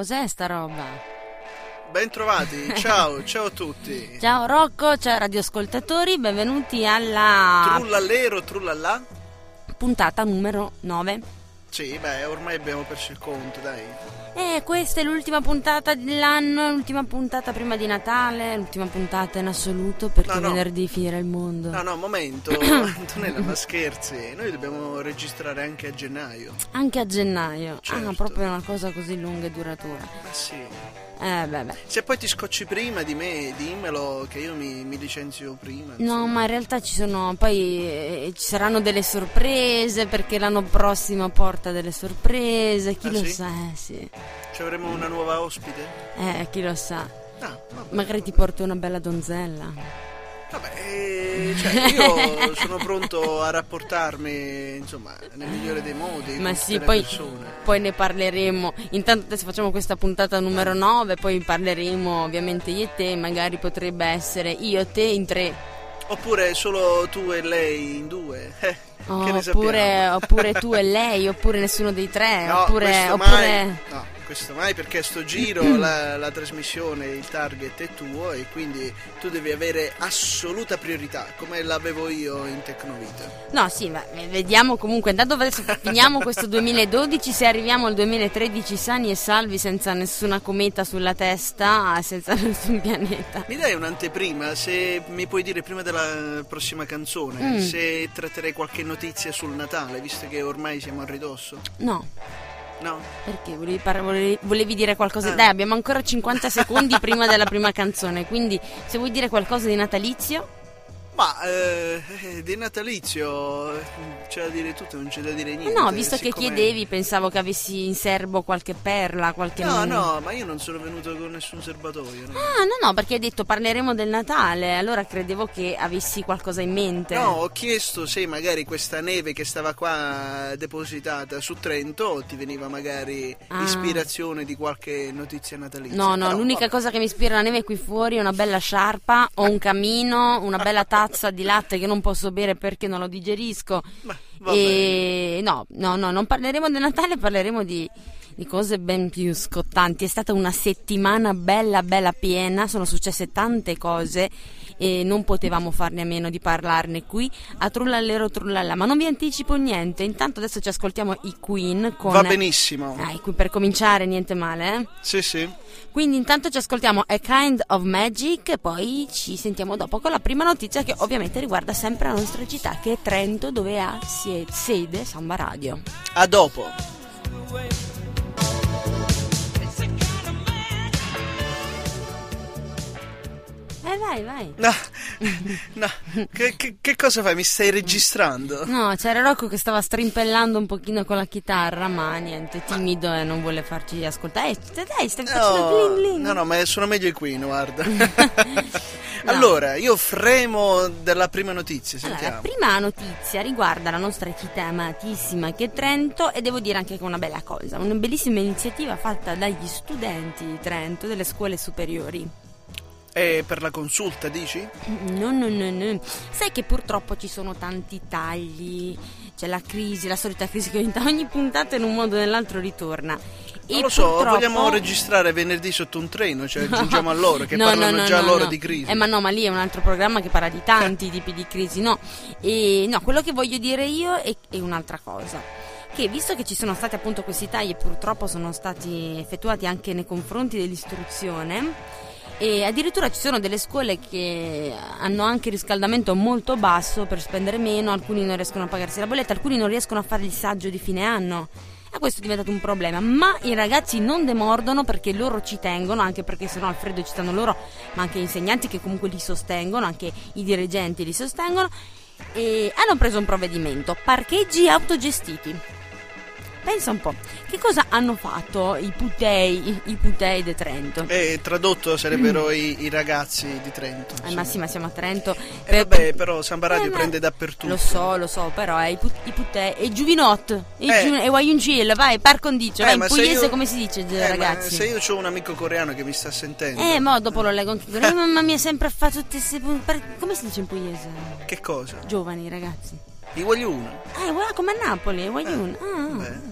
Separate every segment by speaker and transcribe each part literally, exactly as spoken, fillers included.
Speaker 1: cos'è sta roba?
Speaker 2: Ben trovati, ciao, ciao a tutti.
Speaker 1: Ciao Rocco, ciao radioascoltatori, benvenuti alla
Speaker 2: Trullallero, trullallà.
Speaker 1: puntata numero nove.
Speaker 2: Sì, beh, ormai abbiamo perso il conto, dai.
Speaker 1: E questa è l'ultima puntata dell'anno, l'ultima puntata prima di Natale, l'ultima puntata in assoluto perché
Speaker 2: No, no.
Speaker 1: venerdì finirà il mondo.
Speaker 2: No, no, momento, Antonella, ma scherzi, noi dobbiamo registrare anche a gennaio.
Speaker 1: Anche a gennaio.
Speaker 2: Certo.
Speaker 1: Ah, proprio una cosa così lunga e duratura.
Speaker 2: Ma sì.
Speaker 1: Eh, beh, beh.
Speaker 2: Se poi ti scocci prima di me, dimmelo che io mi, mi licenzio prima.
Speaker 1: No,
Speaker 2: insomma.
Speaker 1: ma in realtà ci sono poi eh, ci saranno delle sorprese perché l'anno prossimo porta delle sorprese, chi
Speaker 2: Ah,
Speaker 1: lo
Speaker 2: sì?
Speaker 1: sa, eh, sì.
Speaker 2: Ci avremo una nuova ospite?
Speaker 1: Eh, chi lo sa.
Speaker 2: Ah, vabbè.
Speaker 1: Magari ti porto una bella donzella.
Speaker 2: Vabbè, eh, cioè io sono pronto a rapportarmi, insomma, nel migliore dei modi
Speaker 1: Ma
Speaker 2: con
Speaker 1: sì,
Speaker 2: tutte le
Speaker 1: poi,
Speaker 2: persone.
Speaker 1: poi ne parleremo. Intanto adesso facciamo questa puntata numero nove, poi parleremo ovviamente io e te, magari potrebbe essere io e te in tre.
Speaker 2: Oppure solo tu e lei in due, eh,
Speaker 1: Oh,
Speaker 2: che ne
Speaker 1: oppure,
Speaker 2: sappiamo?
Speaker 1: oppure tu e lei, oppure nessuno dei tre,
Speaker 2: No,
Speaker 1: oppure,
Speaker 2: questo
Speaker 1: oppure...
Speaker 2: mai, no, questo mai perché sto giro la, la trasmissione, il target è tuo e quindi tu devi avere assoluta priorità, come l'avevo io in Tecnovita.
Speaker 1: No, sì, ma vediamo comunque. Intanto adesso finiamo questo duemiladodici. Se arriviamo al duemilatredici sani e salvi, senza nessuna cometa sulla testa, senza nessun pianeta.
Speaker 2: Mi dai un'anteprima, se mi puoi dire prima della prossima canzone,
Speaker 1: Mm.
Speaker 2: se tratterei qualche notizia sul Natale, visto che ormai siamo a ridosso?
Speaker 1: No,
Speaker 2: No?
Speaker 1: perché volevi, par- volevi, volevi dire qualcosa?
Speaker 2: Ah.
Speaker 1: Dai, abbiamo ancora cinquanta secondi prima della prima canzone. Quindi, se vuoi dire qualcosa di natalizio,
Speaker 2: Ma eh, eh, di natalizio eh, c'è da dire tutto, non c'è da dire niente.
Speaker 1: no, visto che
Speaker 2: siccome-
Speaker 1: chiedevi, pensavo che avessi in serbo qualche perla, qualche.
Speaker 2: No, no, ma io non sono venuto con nessun serbatoio. No,
Speaker 1: Ah, no, no, perché hai detto parleremo del Natale. Allora credevo che avessi qualcosa in mente.
Speaker 2: No, ho chiesto se magari questa neve che stava qua depositata su Trento ti veniva magari
Speaker 1: Ah.
Speaker 2: ispirazione di qualche notizia natalizia.
Speaker 1: No, no,
Speaker 2: Però,
Speaker 1: l'unica
Speaker 2: vabbè.
Speaker 1: cosa che mi ispira la neve qui fuori è una bella sciarpa o un camino, una bella tazza di latte che non posso bere perché non lo digerisco.
Speaker 2: Ma, va
Speaker 1: E no, no, no, non parleremo del Natale, parleremo di, di cose ben più scottanti. È stata una settimana bella, bella piena, sono successe tante cose e non potevamo farne a meno di parlarne qui a Trullallero Trullalla. Ma non vi anticipo niente, intanto adesso ci ascoltiamo i Queen con...
Speaker 2: Va benissimo.
Speaker 1: Ah, i Queen, per cominciare niente male, eh?
Speaker 2: Sì, sì.
Speaker 1: Quindi intanto ci ascoltiamo A Kind of Magic e poi ci sentiamo dopo con la prima notizia che ovviamente riguarda sempre la nostra città, che è Trento, dove ha sie- sede Samba Radio.
Speaker 2: A dopo.
Speaker 1: Eh vai, vai.
Speaker 2: No, no. Che, che- che cosa fai? Mi stai registrando?
Speaker 1: No, c'era Rocco che stava strimpellando un pochino con la chitarra, ma niente, timido e non vuole farci ascoltare. Eh, dai, stai facendo
Speaker 2: No,
Speaker 1: bling bling.
Speaker 2: no, no, ma sono meglio i Queen, guarda. Allora, io fremo della prima notizia,
Speaker 1: Allora,
Speaker 2: sentiamo.
Speaker 1: la prima notizia riguarda la nostra città amatissima che è Trento e devo dire anche che è una bella cosa, una bellissima iniziativa fatta dagli studenti di Trento delle scuole superiori.
Speaker 2: E per la consulta, dici?
Speaker 1: No, no, no, no. Sai che purtroppo ci sono tanti tagli, c'è la crisi, la solita crisi che ogni, ogni puntata in un modo o nell'altro ritorna.
Speaker 2: Non
Speaker 1: E
Speaker 2: lo so,
Speaker 1: purtroppo-
Speaker 2: vogliamo registrare venerdì sotto un treno, cioè aggiungiamo a loro che
Speaker 1: No,
Speaker 2: parlano
Speaker 1: no, no,
Speaker 2: già
Speaker 1: no,
Speaker 2: loro
Speaker 1: no.
Speaker 2: di crisi.
Speaker 1: Eh, ma no, ma lì è un altro programma che parla di tanti tipi di crisi, no. E no, quello che voglio dire io è, è un'altra cosa. Che visto che ci sono stati appunto questi tagli e purtroppo sono stati effettuati anche nei confronti dell'istruzione, e addirittura ci sono delle scuole che hanno anche riscaldamento molto basso per spendere meno, alcuni non riescono a pagarsi la bolletta, alcuni non riescono a fare il saggio di fine anno. E questo è diventato un problema, ma i ragazzi non demordono perché loro ci tengono, anche perché sennò Alfredo ci stanno loro, ma anche gli insegnanti che comunque li sostengono, anche i dirigenti li sostengono, e hanno preso un provvedimento: parcheggi autogestiti. Pensa un po', che cosa hanno fatto i putei, i, i putei di Trento?
Speaker 2: E tradotto sarebbero i, i ragazzi di Trento.
Speaker 1: Eh, ma sì, ma siamo a Trento.
Speaker 2: E vabbè, però Samba Radio
Speaker 1: Eh, ma-
Speaker 2: prende dappertutto.
Speaker 1: Lo so, lo so, però è i, put- i putei, e i giuvinot, e
Speaker 2: Eh.
Speaker 1: giu- e guagliuncille, vai, par condicio,
Speaker 2: Eh,
Speaker 1: vai, in
Speaker 2: ma se
Speaker 1: pugliese
Speaker 2: io-
Speaker 1: come si dice,
Speaker 2: Eh,
Speaker 1: ragazzi?
Speaker 2: ma se io ho un amico coreano che mi sta sentendo,
Speaker 1: Eh, mo dopo lo leggo anche con... eh, mamma mia, sempre fa tutte queste... Come si dice in pugliese?
Speaker 2: che cosa?
Speaker 1: Giovani, ragazzi.
Speaker 2: I voglio uno.
Speaker 1: Ah, è guarda, come a Napoli, è guaglione.
Speaker 2: Eh,
Speaker 1: Ah,
Speaker 2: beh.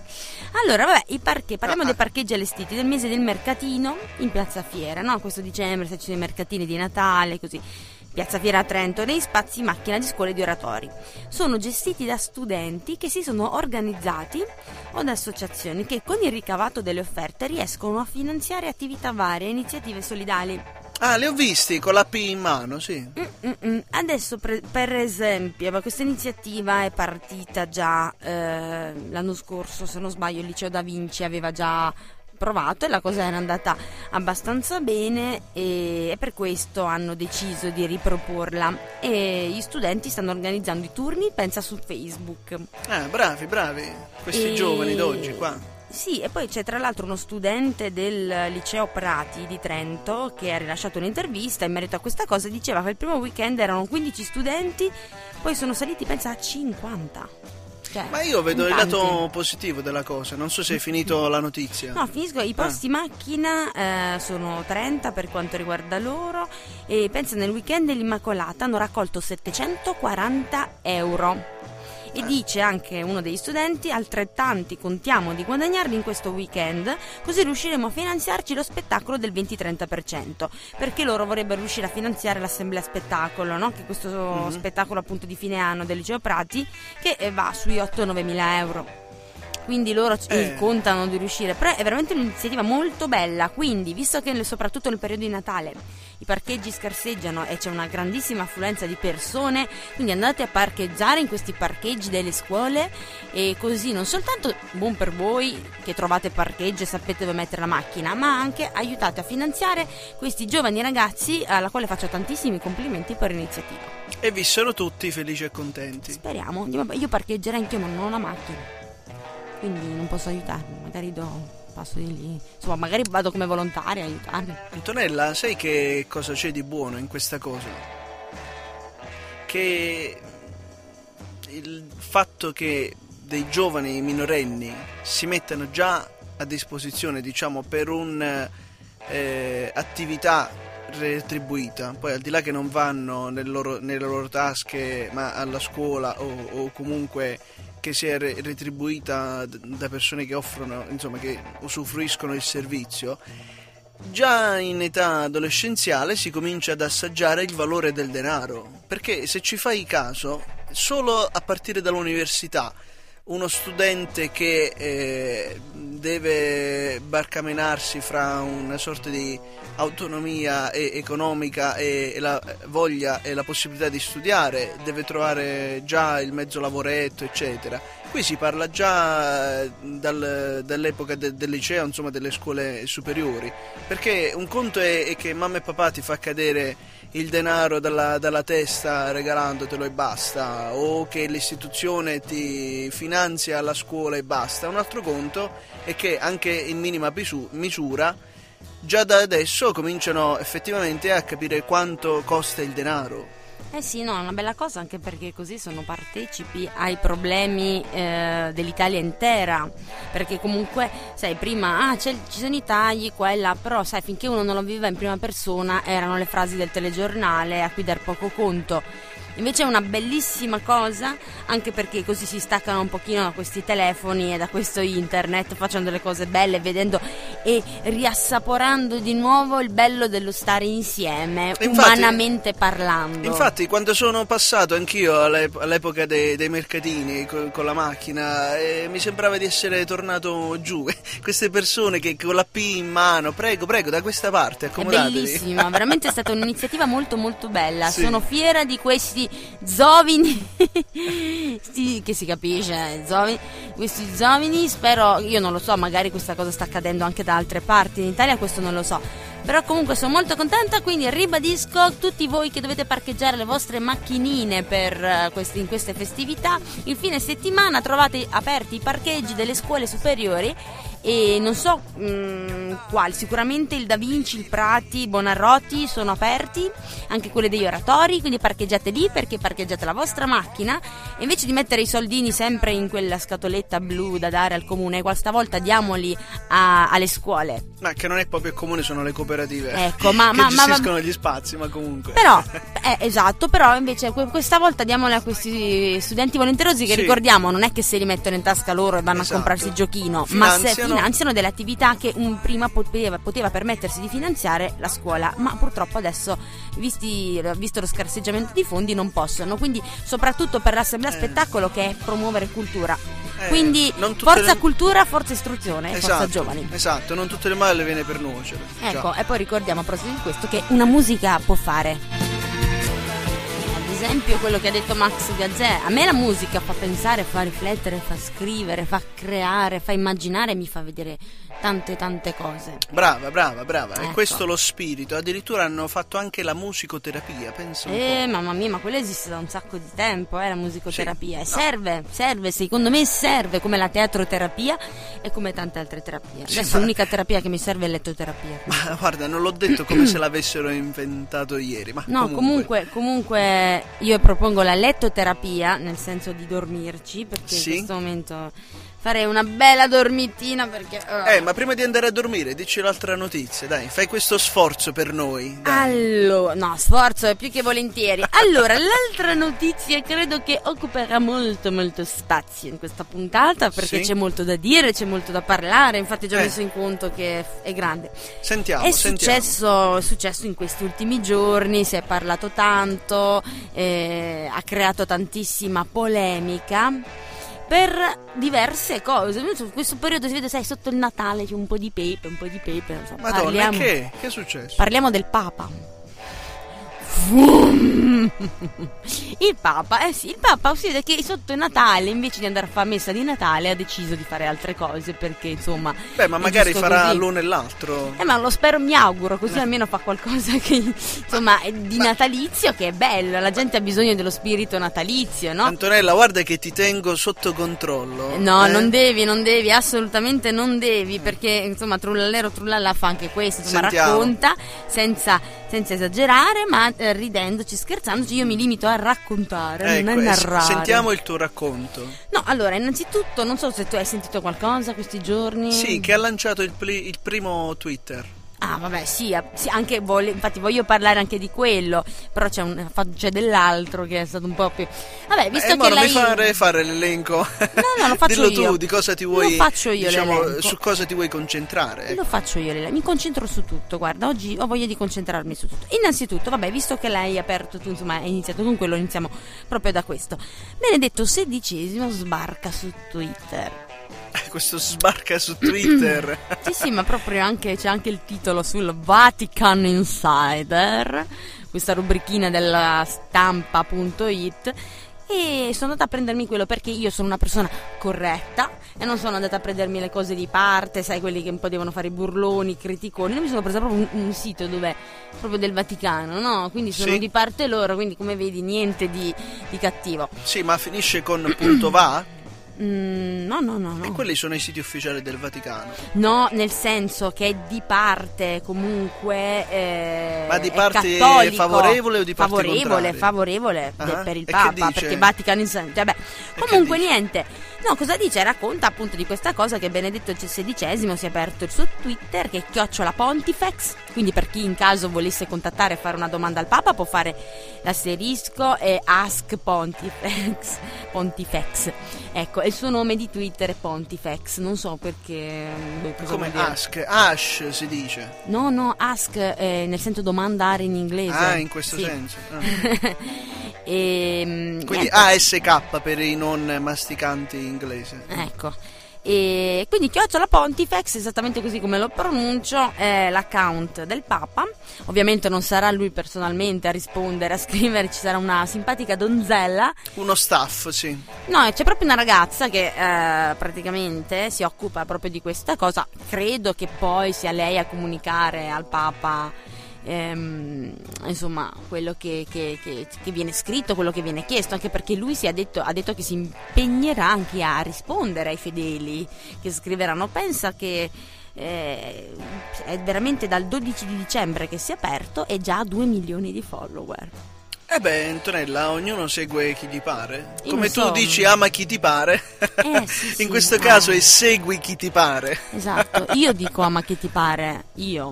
Speaker 1: Allora, vabbè, i parche, parliamo
Speaker 2: Ah,
Speaker 1: dei
Speaker 2: ah.
Speaker 1: parcheggi allestiti del mese del mercatino in Piazza Fiera, no? Questo dicembre, se ci sono i mercatini di Natale, così. Piazza Fiera a Trento, nei spazi macchina di scuole e di oratori. Sono gestiti da studenti che si sono organizzati o da associazioni che con il ricavato delle offerte riescono a finanziare attività varie e iniziative solidali.
Speaker 2: Ah, li ho visti con l'app in mano, sì.
Speaker 1: Mm-mm. Adesso per, per esempio questa iniziativa è partita già eh, l'anno scorso, se non sbaglio il liceo Da Vinci aveva già provato e la cosa era andata abbastanza bene e, e per questo hanno deciso di riproporla e gli studenti stanno organizzando i turni, pensa, su Facebook.
Speaker 2: Ah, bravi, bravi, questi
Speaker 1: E-
Speaker 2: giovani d'oggi qua.
Speaker 1: Sì, e poi c'è tra l'altro uno studente del liceo Prati di Trento che ha rilasciato un'intervista in merito a questa cosa, diceva che il primo weekend erano quindici studenti, poi sono saliti pensa a cinquanta. Cioè,
Speaker 2: Ma io vedo
Speaker 1: in
Speaker 2: il
Speaker 1: tanti.
Speaker 2: lato positivo della cosa, non so se hai finito la notizia.
Speaker 1: No, finisco, i posti macchina eh, sono trenta per quanto riguarda loro e pensa nel weekend dell'Immacolata hanno raccolto settecentoquaranta euro. E dice anche uno degli studenti, altrettanti contiamo di guadagnarli in questo weekend, così riusciremo a finanziarci lo spettacolo del venti-trenta per cento, perché loro vorrebbero riuscire a finanziare l'assemblea spettacolo, no? Che è questo
Speaker 2: Mhm.
Speaker 1: spettacolo appunto di fine anno del liceo Prati, che eh, va sui otto nove mila euro. Quindi loro c-
Speaker 2: Eh.
Speaker 1: contano di riuscire, però è veramente un'iniziativa molto bella, quindi visto che nel- soprattutto nel periodo di Natale i parcheggi scarseggiano e c'è una grandissima affluenza di persone, quindi andate a parcheggiare in questi parcheggi delle scuole e così non soltanto buon per voi che trovate parcheggio e sapete dove mettere la macchina, ma anche aiutate a finanziare questi giovani ragazzi alla quale faccio tantissimi complimenti per l'iniziativa.
Speaker 2: E vissero tutti felici e contenti.
Speaker 1: Speriamo, io io parcheggerei anch'io ma non ho la macchina, quindi non posso aiutarmi, magari do passo di lì, insomma magari vado come volontaria a aiutarmi.
Speaker 2: Antonella, sai che cosa c'è di buono in questa cosa? Che il fatto che dei giovani minorenni si mettano già a disposizione, diciamo, per un'attività retribuita, poi al di là che non vanno nel loro- nelle loro tasche ma alla scuola o, o comunque che sia re- retribuita d- da persone che offrono, insomma, che usufruiscono il servizio, già in età adolescenziale si comincia ad assaggiare il valore del denaro, perché se ci fai caso, solo a partire dall'università uno studente che eh, deve barcamenarsi fra una sorta di autonomia e- economica e, e la voglia e la possibilità di studiare, deve trovare già il mezzo lavoretto, eccetera. Qui si parla già eh, dal- dall'epoca de- del liceo, insomma delle scuole superiori, perché un conto è, è che mamma e papà ti fa cadere il denaro dalla, dalla testa regalandotelo e basta, o che l'istituzione ti finanzia la scuola e basta. Un altro conto è che anche in minima pisu- misura già da adesso cominciano effettivamente a capire quanto costa il denaro.
Speaker 1: Eh sì, no, è una bella cosa anche perché così sono partecipi ai problemi eh, dell'Italia intera, perché comunque, sai, prima ah, c'è, ci sono i tagli, qua e là, però sai, finché uno non lo viveva in prima persona erano le frasi del telegiornale a cui dar poco conto. Invece è una bellissima cosa, anche perché così si staccano un pochino da questi telefoni e da questo internet, facendo le cose belle, vedendo e riassaporando di nuovo il bello dello stare insieme,
Speaker 2: Infatti-
Speaker 1: umanamente parlando.
Speaker 2: Infatti, quando sono passato anch'io all'ep- all'epoca dei, dei mercatini co- con la macchina, eh, mi sembrava di essere tornato giù. Queste persone che con la P in mano, prego, prego, da questa parte,
Speaker 1: È
Speaker 2: accomodatevi.
Speaker 1: bellissima, veramente è stata un'iniziativa molto molto bella.
Speaker 2: Sì.
Speaker 1: Sono fiera di questi giovani sì, che si capisce, eh, giovani, questi giovani, spero, io non lo so, magari questa cosa sta accadendo anche da altre parti in Italia, questo non lo so. Però comunque sono molto contenta, quindi ribadisco tutti voi che dovete parcheggiare le vostre macchinine per eh, questi- in queste festività, il fine settimana trovate aperti i parcheggi delle scuole superiori e non so mh, quali, sicuramente il Da Vinci, il Prati, Bonarroti sono aperti, anche quelle degli oratori, quindi parcheggiate lì perché parcheggiate la vostra macchina e invece di mettere i soldini sempre in quella scatoletta blu da dare al comune, questa volta diamoli a- alle scuole.
Speaker 2: Ma che non è proprio comune, sono le cooperative.
Speaker 1: Ecco, ma,
Speaker 2: che
Speaker 1: ma,
Speaker 2: gestiscono
Speaker 1: ma,
Speaker 2: gli spazi, ma comunque.
Speaker 1: Però, eh, esatto, però invece questa volta diamole a questi studenti volenterosi che, sì, ricordiamo, non è che se li mettono in tasca loro e vanno, esatto, a comprarsi il giochino, finanziano, ma se finanziano delle attività che un prima poteva, poteva permettersi di finanziare la scuola, ma purtroppo adesso, visti, visto lo scarseggiamento di fondi, non possono. Quindi, soprattutto per l'assemblea eh. spettacolo, che è promuovere cultura. Eh, Quindi forza le... cultura, forza istruzione, esatto, forza giovani.
Speaker 2: Esatto, non tutte le male viene per nuocere.
Speaker 1: Ecco, già. E poi ricordiamo a proposito di questo che una musica può fare. Ad esempio quello che ha detto Max Gazzè, a me la musica fa pensare, fa riflettere, fa scrivere, fa creare, fa immaginare, mi fa vedere tante tante cose.
Speaker 2: Brava, brava, brava. Ecco. E questo lo spirito. Addirittura hanno fatto anche la musicoterapia, penso.
Speaker 1: Eh, mamma mia, ma quella esiste da un sacco di tempo, eh, la musicoterapia.
Speaker 2: Sì,
Speaker 1: e no. serve, serve, secondo me serve, come la teatroterapia e come tante altre terapie.
Speaker 2: Sì,
Speaker 1: Adesso
Speaker 2: ma...
Speaker 1: l'unica terapia che mi serve è lettoterapia.
Speaker 2: Ma guarda, non l'ho detto come se l'avessero inventato ieri, ma
Speaker 1: no,
Speaker 2: comunque.
Speaker 1: comunque, comunque io propongo la lettoterapia, nel senso di dormirci, perché
Speaker 2: sì?
Speaker 1: in questo momento farei una bella dormitina perché uh.
Speaker 2: Eh, ma prima di andare a dormire dici l'altra notizia, dai, fai questo sforzo per noi, dai.
Speaker 1: Allora, no, sforzo è più che volentieri. Allora, l'altra notizia credo che occuperà molto molto spazio in questa puntata, perché sì? c'è molto da dire, c'è molto da parlare, infatti ho già eh. messo in conto che è grande.
Speaker 2: Sentiamo,
Speaker 1: è
Speaker 2: sentiamo.
Speaker 1: Successo, è successo in questi ultimi giorni, si è parlato tanto, eh, ha creato tantissima polemica per diverse cose. In questo periodo si vede, sai, sotto il Natale c'è un po' di pepe, un po' di pepe, non so.
Speaker 2: Madonna,
Speaker 1: parliamo,
Speaker 2: che? Che è successo?
Speaker 1: Parliamo del Papa. Il Papa, eh sì, il Papa si vede che sotto il Natale, invece di andare a fare messa di Natale, ha deciso di fare altre cose, perché insomma.
Speaker 2: Beh, ma magari farà così. L'uno e l'altro.
Speaker 1: Eh, ma lo spero, mi auguro, così eh. almeno fa qualcosa che insomma è di ma... natalizio, che è bello. La gente ha bisogno dello spirito natalizio, no?
Speaker 2: Antonella, guarda che ti tengo sotto controllo.
Speaker 1: No,
Speaker 2: eh?
Speaker 1: non devi, non devi, assolutamente non devi, perché insomma Trullallero Trullalla fa anche questo, insomma Sentiamo. racconta senza, senza esagerare, ma eh, ridendoci, scherzandoci. Io mi limito a raccontare,
Speaker 2: ecco,
Speaker 1: non a narrare.
Speaker 2: Sentiamo il tuo racconto.
Speaker 1: No, allora, innanzitutto, non so se tu hai sentito qualcosa questi giorni.
Speaker 2: Sì, che ha lanciato il, pli- il primo Twitter.
Speaker 1: Ah, vabbè, sì, sì, anche vole, infatti voglio parlare anche di quello, però c'è, un, c'è dell'altro che è stato un po' più. Vabbè, visto
Speaker 2: Beh,
Speaker 1: che
Speaker 2: non
Speaker 1: lei...
Speaker 2: mi fare fare l'elenco.
Speaker 1: No, no, lo faccio
Speaker 2: Dillo
Speaker 1: io.
Speaker 2: tu, di cosa ti vuoi,
Speaker 1: lo faccio io
Speaker 2: diciamo,
Speaker 1: l'elenco.
Speaker 2: Su cosa ti vuoi concentrare. Ecco.
Speaker 1: Lo faccio io l'elenco, mi concentro su tutto, guarda, oggi ho voglia di concentrarmi su tutto. Innanzitutto, vabbè, visto che lei ha aperto, tu, insomma, hai iniziato con quello, iniziamo proprio da questo. Benedetto sedicesimo sbarca su Twitter.
Speaker 2: Questo sbarca su Twitter.
Speaker 1: Sì, sì, ma proprio anche c'è anche il titolo sul Vatican Insider, questa rubrichina della stampa punto it, e sono andata a prendermi quello perché io sono una persona corretta e non sono andata a prendermi le cose di parte, sai, quelli che un po' devono fare i burloni, i criticoni. Non mi sono presa proprio un, un sito dove proprio del Vaticano, no? Quindi sono
Speaker 2: sì.
Speaker 1: di parte loro, quindi come vedi niente di, di cattivo.
Speaker 2: Sì, ma finisce con punto va?
Speaker 1: Mm, no, no, no, no.
Speaker 2: E quelli sono i siti ufficiali del Vaticano.
Speaker 1: No, nel senso che è di parte comunque. Eh,
Speaker 2: Ma di parte
Speaker 1: cattolico.
Speaker 2: favorevole o di parte
Speaker 1: favorevole,
Speaker 2: contraria?
Speaker 1: Favorevole
Speaker 2: uh-huh.
Speaker 1: per il
Speaker 2: e
Speaker 1: Papa, perché Vatican Insider. Vabbè. Comunque niente. No, cosa dice? Racconta appunto di questa cosa che Benedetto sedicesimo si è aperto il suo Twitter, che è chiocciola Pontifex, quindi per chi in caso volesse contattare e fare una domanda al Papa può fare l'asterisco e ask Pontifex. Pontifex. Ecco, il suo nome di Twitter è Pontifex, non so perché. Beh,
Speaker 2: come ask? Ash si dice.
Speaker 1: No, no, ask eh, nel senso domandare in inglese.
Speaker 2: Ah, in questo
Speaker 1: sì.
Speaker 2: senso. Ah.
Speaker 1: e,
Speaker 2: quindi A S K per i non masticanti inglesi.
Speaker 1: Ecco. E quindi chiocciola Pontifex, esattamente così come lo pronuncio, è l'account del Papa. Ovviamente non sarà lui personalmente a rispondere, a scrivere, ci sarà una simpatica donzella,
Speaker 2: uno staff, sì.
Speaker 1: No, c'è proprio una ragazza che eh, praticamente si occupa proprio di questa cosa. Credo che poi sia lei a comunicare al Papa Ehm, insomma quello che, che, che, che viene scritto, quello che viene chiesto, anche perché lui si ha detto, ha detto che si impegnerà anche a rispondere ai fedeli che scriveranno. Pensa che eh, è veramente dal dodici di dicembre che si è aperto e già ha due milioni di follower.
Speaker 2: Eh beh, Antonella, ognuno segue chi gli pare.
Speaker 1: Io
Speaker 2: Come
Speaker 1: non
Speaker 2: tu
Speaker 1: so.
Speaker 2: dici ama chi ti pare,
Speaker 1: Eh, sì, sì,
Speaker 2: in questo
Speaker 1: eh.
Speaker 2: caso è segui chi ti pare.
Speaker 1: Esatto, io dico ama che ti pare, io.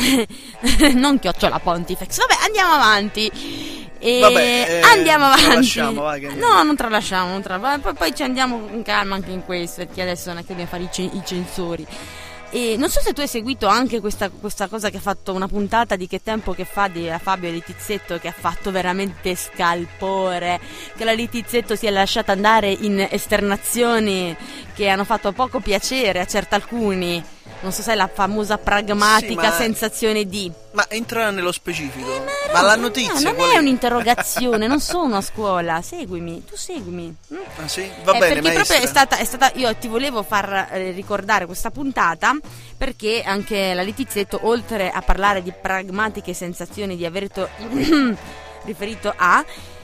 Speaker 1: Non chiocciola Pontifex. Vabbè, andiamo avanti. E
Speaker 2: Vabbè, eh,
Speaker 1: andiamo avanti.
Speaker 2: tralasciamo, va, che andiamo.
Speaker 1: No, non tralasciamo, non tra- poi, poi ci andiamo con calma anche in questo, perché adesso non è che dobbiamo fare i, ce- i censori. E non so se tu hai seguito anche questa, questa cosa che ha fatto una puntata di Che tempo che fa di Fabio Litizzetto, che ha fatto veramente scalpore, che la Litizzetto si è lasciata andare in esternazioni che hanno fatto poco piacere a certi alcuni. Non so se è la famosa pragmatica
Speaker 2: Sì, ma-
Speaker 1: sensazione di...
Speaker 2: Ma entra nello specifico.
Speaker 1: Eh,
Speaker 2: ma
Speaker 1: no,
Speaker 2: la
Speaker 1: no,
Speaker 2: notizia
Speaker 1: non
Speaker 2: qual
Speaker 1: è
Speaker 2: è?
Speaker 1: un'interrogazione, non sono a scuola, seguimi, tu seguimi. Mm?
Speaker 2: Ah, sì? Va
Speaker 1: Eh,
Speaker 2: bene,
Speaker 1: perché
Speaker 2: maestra.
Speaker 1: proprio è stata, è stata, io ti volevo far eh, ricordare questa puntata, perché anche la Litizzetto, oltre a parlare di pragmatiche sensazioni di aver to- riferito a,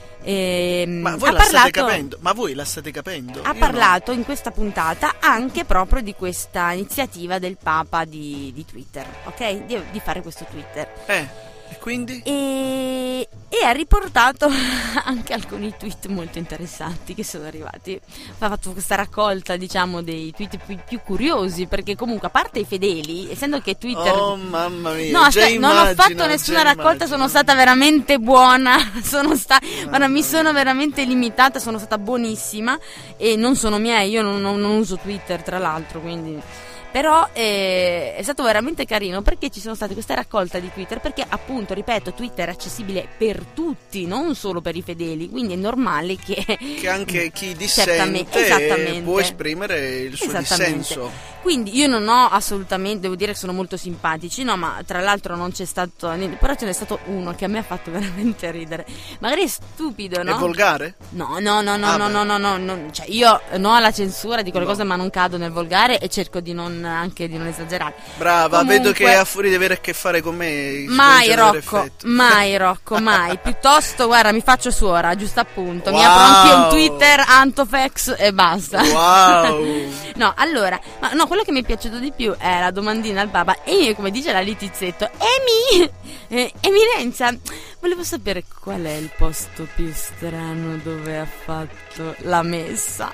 Speaker 1: ehm,
Speaker 2: Ma voi
Speaker 1: ha
Speaker 2: la
Speaker 1: parlato,
Speaker 2: state capendo? Ma voi la state capendo?
Speaker 1: ha
Speaker 2: Io
Speaker 1: parlato in questa puntata anche proprio di questa iniziativa del Papa di, di Twitter, ok? Di, di fare questo Twitter.
Speaker 2: no. Eh, e quindi?
Speaker 1: E, e ha riportato anche alcuni tweet molto interessanti che sono arrivati. Ha fatto questa raccolta, diciamo, dei tweet più, più curiosi, perché comunque a parte i fedeli, essendo che Twitter...
Speaker 2: Oh mamma mia,
Speaker 1: No,
Speaker 2: già
Speaker 1: aspetta, non ho
Speaker 2: immagino,
Speaker 1: fatto nessuna
Speaker 2: già
Speaker 1: raccolta,
Speaker 2: immagino.
Speaker 1: sono stata veramente buona. Sono sta- guarda, mi
Speaker 2: mia.
Speaker 1: sono veramente limitata, sono stata buonissima e non sono miei, io non, non- non uso Twitter tra l'altro, quindi... Però eh, è stato veramente carino perché ci sono state queste raccolte di Twitter, perché appunto, ripeto, Twitter è accessibile per tutti, non solo per i fedeli, quindi è normale che,
Speaker 2: Che anche chi
Speaker 1: Certamente,
Speaker 2: dissente
Speaker 1: esattamente.
Speaker 2: può esprimere il suo
Speaker 1: Esattamente.
Speaker 2: dissenso.
Speaker 1: Quindi io non ho assolutamente, devo dire che sono molto simpatici, no, ma tra l'altro non c'è stato niente, però ce n'è stato uno che a me ha fatto veramente ridere. Magari è stupido, no?
Speaker 2: È volgare?
Speaker 1: No, no, no, no,
Speaker 2: Ah,
Speaker 1: no,
Speaker 2: beh.
Speaker 1: no, no, no, no, cioè io no alla censura di quelle
Speaker 2: No.
Speaker 1: cose, ma non cado nel volgare e cerco di non anche di non esagerare.
Speaker 2: Brava,
Speaker 1: Comunque-
Speaker 2: vedo che a fuori di avere a che fare con me. si
Speaker 1: Mai
Speaker 2: comincia ad avere
Speaker 1: Rocco,
Speaker 2: effetto.
Speaker 1: mai Rocco, mai. Piuttosto, guarda, mi faccio suora, giusto appunto. Mi
Speaker 2: Wow.
Speaker 1: apro anche un Twitter, Antofex e basta.
Speaker 2: Wow.
Speaker 1: No, allora, ma no, quello che mi è piaciuto di più è la domandina al Papa. E come dice la Litizzetto, Emi, eh, Eminenza, volevo sapere qual è il posto più strano dove ha fatto la messa.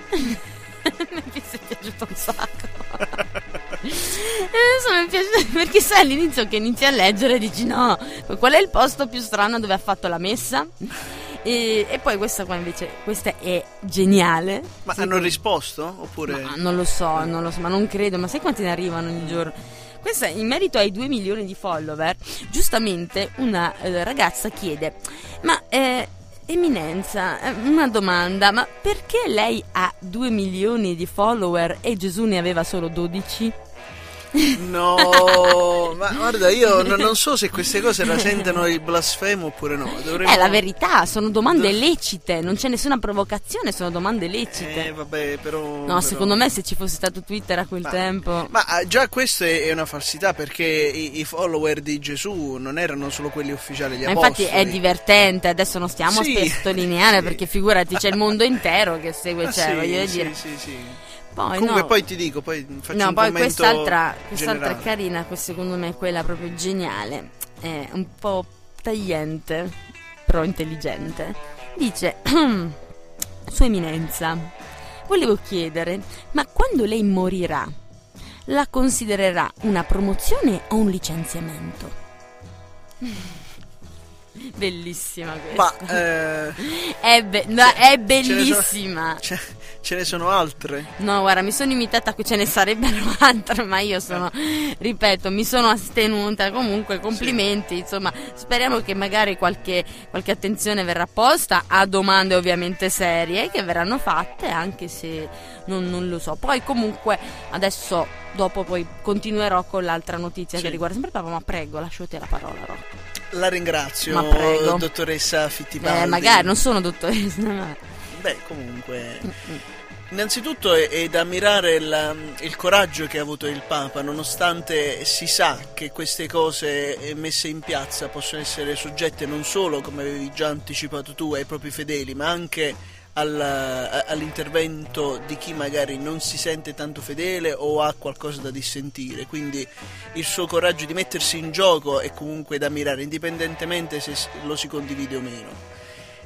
Speaker 1: Mi è piaciuto un sacco. E adesso mi piace perché sai all'inizio che inizi a leggere e dici no, qual è il posto più strano dove ha fatto la messa? E, e poi questa qua invece, questa è geniale.
Speaker 2: Ma
Speaker 1: Sì,
Speaker 2: hanno risposto? Oppure...
Speaker 1: ma non lo so, non lo so, ma non credo, ma sai quanti ne arrivano ogni giorno? Questa in merito ai due milioni di follower, giustamente una eh, ragazza chiede, ma eh, Eminenza, eh, una domanda, ma perché lei ha due milioni di follower e Gesù ne aveva solo dodici?
Speaker 2: No, ma guarda, io non, non so se queste cose rasentano il blasfemo oppure no. Dovremmo...
Speaker 1: È la verità, sono domande
Speaker 2: Do-
Speaker 1: lecite, non c'è nessuna provocazione, sono domande lecite.
Speaker 2: Eh, vabbè, però...
Speaker 1: No,
Speaker 2: però-
Speaker 1: secondo me se ci fosse stato Twitter a quel
Speaker 2: Ma-
Speaker 1: tempo...
Speaker 2: Ma ah, già questo è è una falsità, perché i, i follower di Gesù non erano solo quelli ufficiali, gli
Speaker 1: Ma
Speaker 2: apostoli.
Speaker 1: infatti è divertente, adesso non stiamo
Speaker 2: Sì,
Speaker 1: a sottolineare
Speaker 2: sì.
Speaker 1: perché figurati c'è il mondo intero che segue,
Speaker 2: Ah,
Speaker 1: cioè
Speaker 2: sì,
Speaker 1: voglio
Speaker 2: sì,
Speaker 1: dire.
Speaker 2: sì, sì.
Speaker 1: Poi,
Speaker 2: Comunque
Speaker 1: no,
Speaker 2: poi ti dico, poi faccio
Speaker 1: no,
Speaker 2: un
Speaker 1: poi
Speaker 2: commento
Speaker 1: quest'altra, quest'altra è
Speaker 2: generale.
Speaker 1: carina, questa secondo me è quella proprio geniale, è un po' tagliente, però intelligente. Dice, Sua Eminenza, volevo chiedere, ma quando lei morirà, la considererà una promozione o un licenziamento? Bellissima questa.
Speaker 2: Ma eh,
Speaker 1: È, be- no,
Speaker 2: ce-
Speaker 1: è
Speaker 2: ce ne
Speaker 1: bellissima.
Speaker 2: ce, ce ne sono altre?
Speaker 1: No, guarda, mi sono imitata, qui ce ne sarebbero altre, ma io sono, ripeto, mi sono astenuta. Comunque, complimenti, insomma, speriamo che magari qualche, qualche attenzione verrà posta a domande ovviamente serie che verranno fatte, anche se non, non lo so. Poi comunque, adesso, dopo poi continuerò con l'altra notizia
Speaker 2: Sì.
Speaker 1: che riguarda sempre il Papa, ma prego, lascio te la parola, Rocco.
Speaker 2: La ringrazio,
Speaker 1: Ma prego.
Speaker 2: dottoressa Fittipaldi.
Speaker 1: Eh, magari, non sono dottoressa, ma...
Speaker 2: Beh, comunque...
Speaker 1: Mm-mm.
Speaker 2: Innanzitutto è, è da ammirare la- il coraggio che ha avuto il Papa, nonostante si sa che queste cose eh, messe in piazza possono essere soggette non solo, come avevi già anticipato tu, ai propri fedeli, ma anche al- a- all'intervento di chi magari non si sente tanto fedele o ha qualcosa da dissentire. Quindi il suo coraggio di mettersi in gioco è comunque da ammirare, indipendentemente se s- lo si condivide o meno.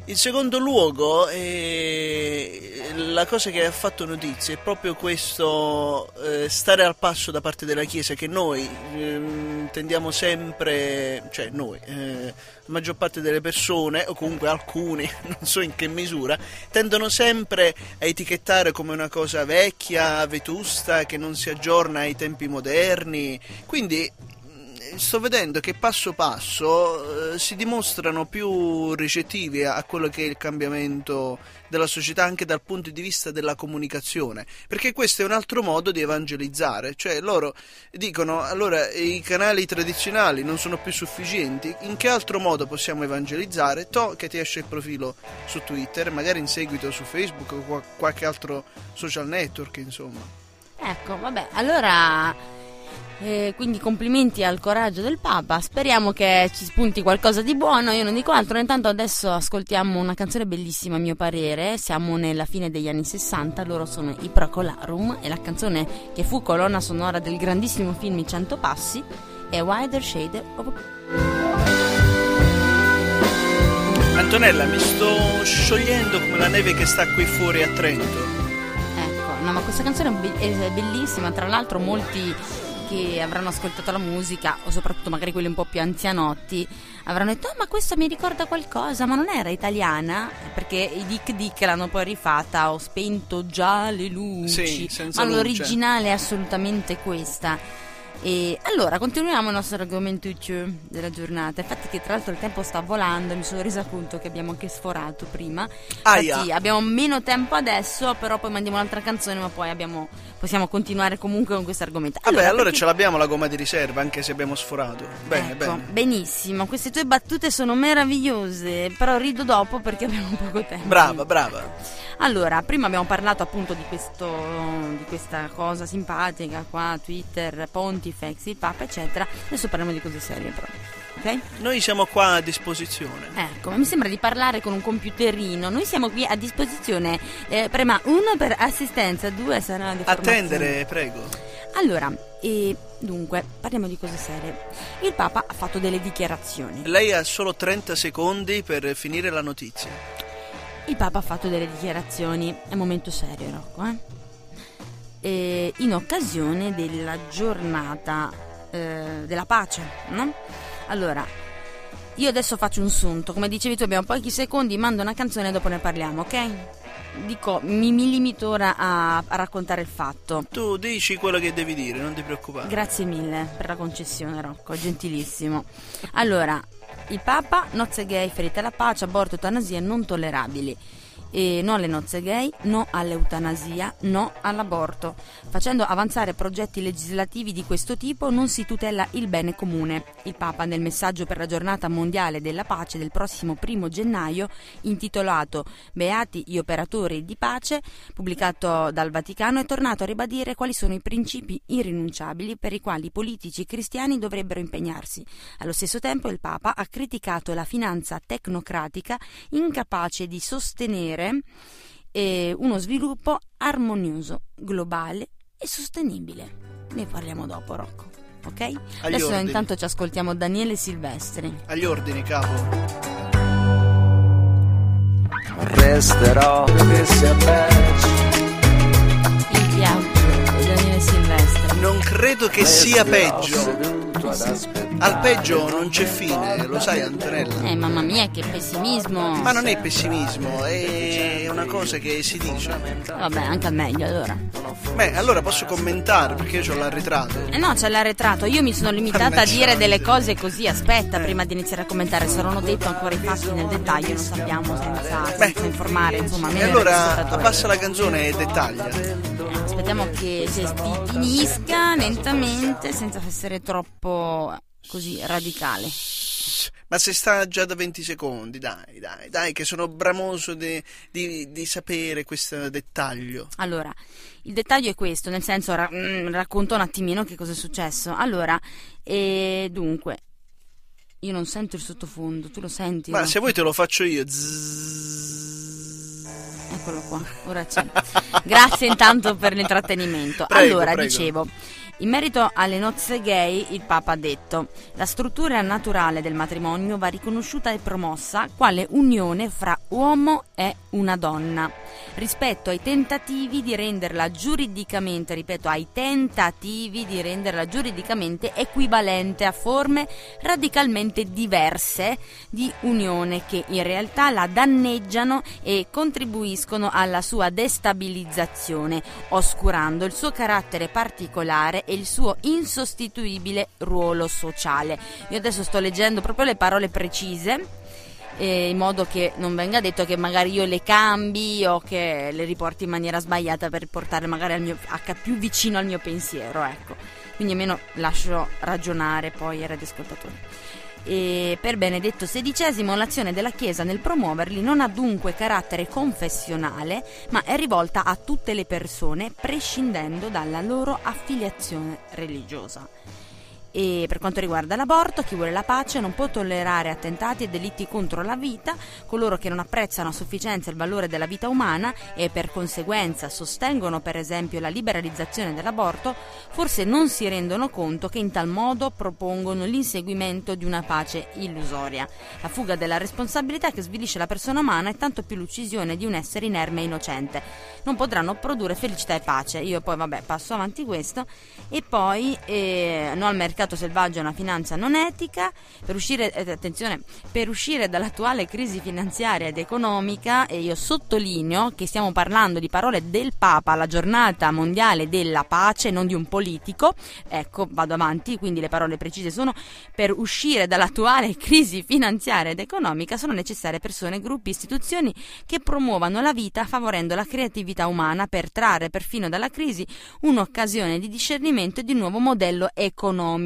Speaker 2: In secondo luogo, eh, la cosa che ha fatto notizia è proprio questo eh, stare al passo da parte della Chiesa, che noi eh, tendiamo sempre, cioè noi, eh, la maggior parte delle persone, o comunque alcuni, non so in che misura, tendono sempre a etichettare come una cosa vecchia, vetusta, che non si aggiorna ai tempi moderni. Quindi sto vedendo che passo passo eh, si dimostrano più ricettivi a, a quello che è il cambiamento della società, anche dal punto di vista della comunicazione, perché questo è un altro modo di evangelizzare. Cioè loro dicono: allora i canali tradizionali non sono più sufficienti, in che altro modo possiamo evangelizzare? To che ti esce il profilo su Twitter, magari in seguito su Facebook o qua- qualche altro social network, insomma.
Speaker 1: Ecco, vabbè, allora Eh, quindi complimenti al coraggio del Papa, speriamo che ci spunti qualcosa di buono, io non dico altro. Intanto adesso ascoltiamo una canzone bellissima a mio parere, siamo nella fine degli anni sessanta, loro sono i Procolarum e la canzone che fu colonna sonora del grandissimo film I Cento Passi è Wider Shade of a...
Speaker 2: Antonella, mi sto sciogliendo come la neve che sta qui fuori a Trento.
Speaker 1: Ecco, no, ma questa canzone è be- è bellissima, tra l'altro molti che avranno ascoltato la musica, o soprattutto magari quelli un po' più anzianotti, avranno detto: oh, ma questo mi ricorda qualcosa, ma non era italiana? Perché i Dick Dick l'hanno poi rifatta, ho spento già le luci,
Speaker 2: sì, senza
Speaker 1: ma
Speaker 2: luce.
Speaker 1: L'originale è assolutamente questa. E allora continuiamo il nostro argomento della giornata. Infatti, che tra l'altro il tempo sta volando, mi sono resa conto che abbiamo anche sforato prima.
Speaker 2: Aia.
Speaker 1: Infatti abbiamo meno tempo adesso, però poi mandiamo un'altra canzone, ma poi abbiamo, possiamo continuare comunque con questo argomento.
Speaker 2: Vabbè, allora, allora
Speaker 1: perché...
Speaker 2: ce l'abbiamo la gomma di riserva, anche se abbiamo sforato. Bene,
Speaker 1: ecco,
Speaker 2: bene.
Speaker 1: Benissimo, queste tue battute sono meravigliose, però rido dopo perché abbiamo poco tempo.
Speaker 2: Brava, brava.
Speaker 1: Allora, prima abbiamo parlato appunto di questo, di questa cosa simpatica qua, Twitter, Pontifex, il Papa, eccetera. Adesso parliamo di cose serie però, ok?
Speaker 2: Noi siamo qua a disposizione.
Speaker 1: Ecco, ma mi sembra di parlare con un computerino. Noi siamo qui a disposizione. Eh, prema uno per assistenza, due sarà di
Speaker 2: attendere, prego.
Speaker 1: Allora, e dunque, parliamo di cose serie. Il Papa ha fatto delle dichiarazioni.
Speaker 2: Lei ha solo trenta secondi per finire la notizia.
Speaker 1: Il Papa ha fatto delle dichiarazioni, è un momento serio, Rocco, eh? E in occasione della giornata eh, della pace, no? Allora, io adesso faccio un sunto, come dicevi tu abbiamo pochi secondi, mando una canzone e dopo ne parliamo, ok? Dico, mi, mi limito ora a, a raccontare il fatto.
Speaker 2: Tu dici quello che devi dire, non ti preoccupare.
Speaker 1: Grazie mille per la concessione, Rocco, gentilissimo. Allora, il Papa, nozze gay, ferite alla pace, aborto, eutanasia non tollerabili. E no alle nozze gay, no all'eutanasia, no all'aborto. Facendo avanzare progetti legislativi di questo tipo non si tutela il bene comune. Il Papa, nel messaggio per la giornata mondiale della pace del prossimo primo gennaio, intitolato Beati gli operatori di pace, pubblicato dal Vaticano, è tornato a ribadire quali sono i principi irrinunciabili per i quali i politici cristiani dovrebbero impegnarsi. Allo stesso tempo il Papa ha criticato la finanza tecnocratica incapace di sostenere e uno sviluppo armonioso, globale e sostenibile. Ne parliamo dopo, Rocco, ok?
Speaker 2: Agli
Speaker 1: Adesso
Speaker 2: ordini.
Speaker 1: Intanto ci ascoltiamo Daniele Silvestri.
Speaker 2: Agli ordini, capo.
Speaker 3: Resterò che sia peggio.
Speaker 1: Il piatto di Daniele Silvestri.
Speaker 2: Non credo che sia peggio.
Speaker 3: Seduto ad aspettare.
Speaker 2: Al peggio non c'è fine, lo sai, Antonella?
Speaker 1: Eh, mamma mia, che pessimismo.
Speaker 2: Ma non è pessimismo, è una cosa che si dice.
Speaker 1: Vabbè, anche al meglio allora.
Speaker 2: Beh, allora posso commentare perché io ho l'arretrato.
Speaker 1: Eh no, c'è l'arretrato. Io mi sono limitata a
Speaker 2: Mannaggia.
Speaker 1: dire delle cose così. Aspetta, prima di iniziare a commentare. Saranno detto ancora i fatti nel dettaglio. Non sappiamo senza, senza informare. Insomma,
Speaker 2: E
Speaker 1: meno
Speaker 2: allora
Speaker 1: il
Speaker 2: abbassa la canzone e dettaglia.
Speaker 1: Eh, aspettiamo che si finisca lentamente, senza essere troppo così radicale.
Speaker 2: Ma se sta già da venti secondi, dai, dai, dai, che sono bramoso di, di, di sapere questo dettaglio.
Speaker 1: Allora, il dettaglio è questo, nel senso, ra- mh, racconto un attimino che cosa è successo. Allora, e dunque, io non sento il sottofondo, tu lo senti?
Speaker 2: Ma
Speaker 1: no?
Speaker 2: se vuoi te lo faccio io. Zzzz.
Speaker 1: Eccolo qua, ora c'è. Grazie intanto per l'intrattenimento.
Speaker 2: Prego,
Speaker 1: Allora,
Speaker 2: prego.
Speaker 1: dicevo, In merito alle nozze gay, il Papa ha detto: la struttura naturale del matrimonio va riconosciuta e promossa quale unione fra uomo e una donna, rispetto ai tentativi di renderla giuridicamente, ripeto, ai tentativi di renderla giuridicamente equivalente a forme radicalmente diverse di unione che in realtà la danneggiano e contribuiscono alla sua destabilizzazione, oscurando il suo carattere particolare e il suo insostituibile ruolo sociale. Io adesso sto leggendo proprio le parole precise, eh, in modo che non venga detto che magari io le cambi o che le riporti in maniera sbagliata per portare magari al mio, a, più vicino al mio pensiero, ecco. Quindi almeno lascio ragionare poi ai radioascoltatori. E per Benedetto sedicesimo l'azione della Chiesa nel promuoverli non ha dunque carattere confessionale, ma è rivolta a tutte le persone, prescindendo dalla loro affiliazione religiosa. E per quanto riguarda l'aborto, chi vuole la pace non può tollerare attentati e delitti contro la vita. Coloro che non apprezzano a sufficienza il valore della vita umana e per conseguenza sostengono per esempio la liberalizzazione dell'aborto, forse non si rendono conto che in tal modo propongono l'inseguimento di una pace illusoria. La fuga della responsabilità che svilisce la persona umana è tanto più l'uccisione di un essere inerme e innocente. Non potranno produrre felicità e pace. Io poi vabbè passo avanti questo e poi eh, no al mercato selvaggio è una finanza non etica. Per uscire, eh, attenzione, per uscire dall'attuale crisi finanziaria ed economica, e io sottolineo che stiamo parlando di parole del Papa alla giornata mondiale della pace, non di un politico, ecco, vado avanti, quindi le parole precise sono: per uscire dall'attuale crisi finanziaria ed economica sono necessarie persone, gruppi, istituzioni che promuovano la vita favorendo la creatività umana per trarre perfino dalla crisi un'occasione di discernimento e di un nuovo modello economico.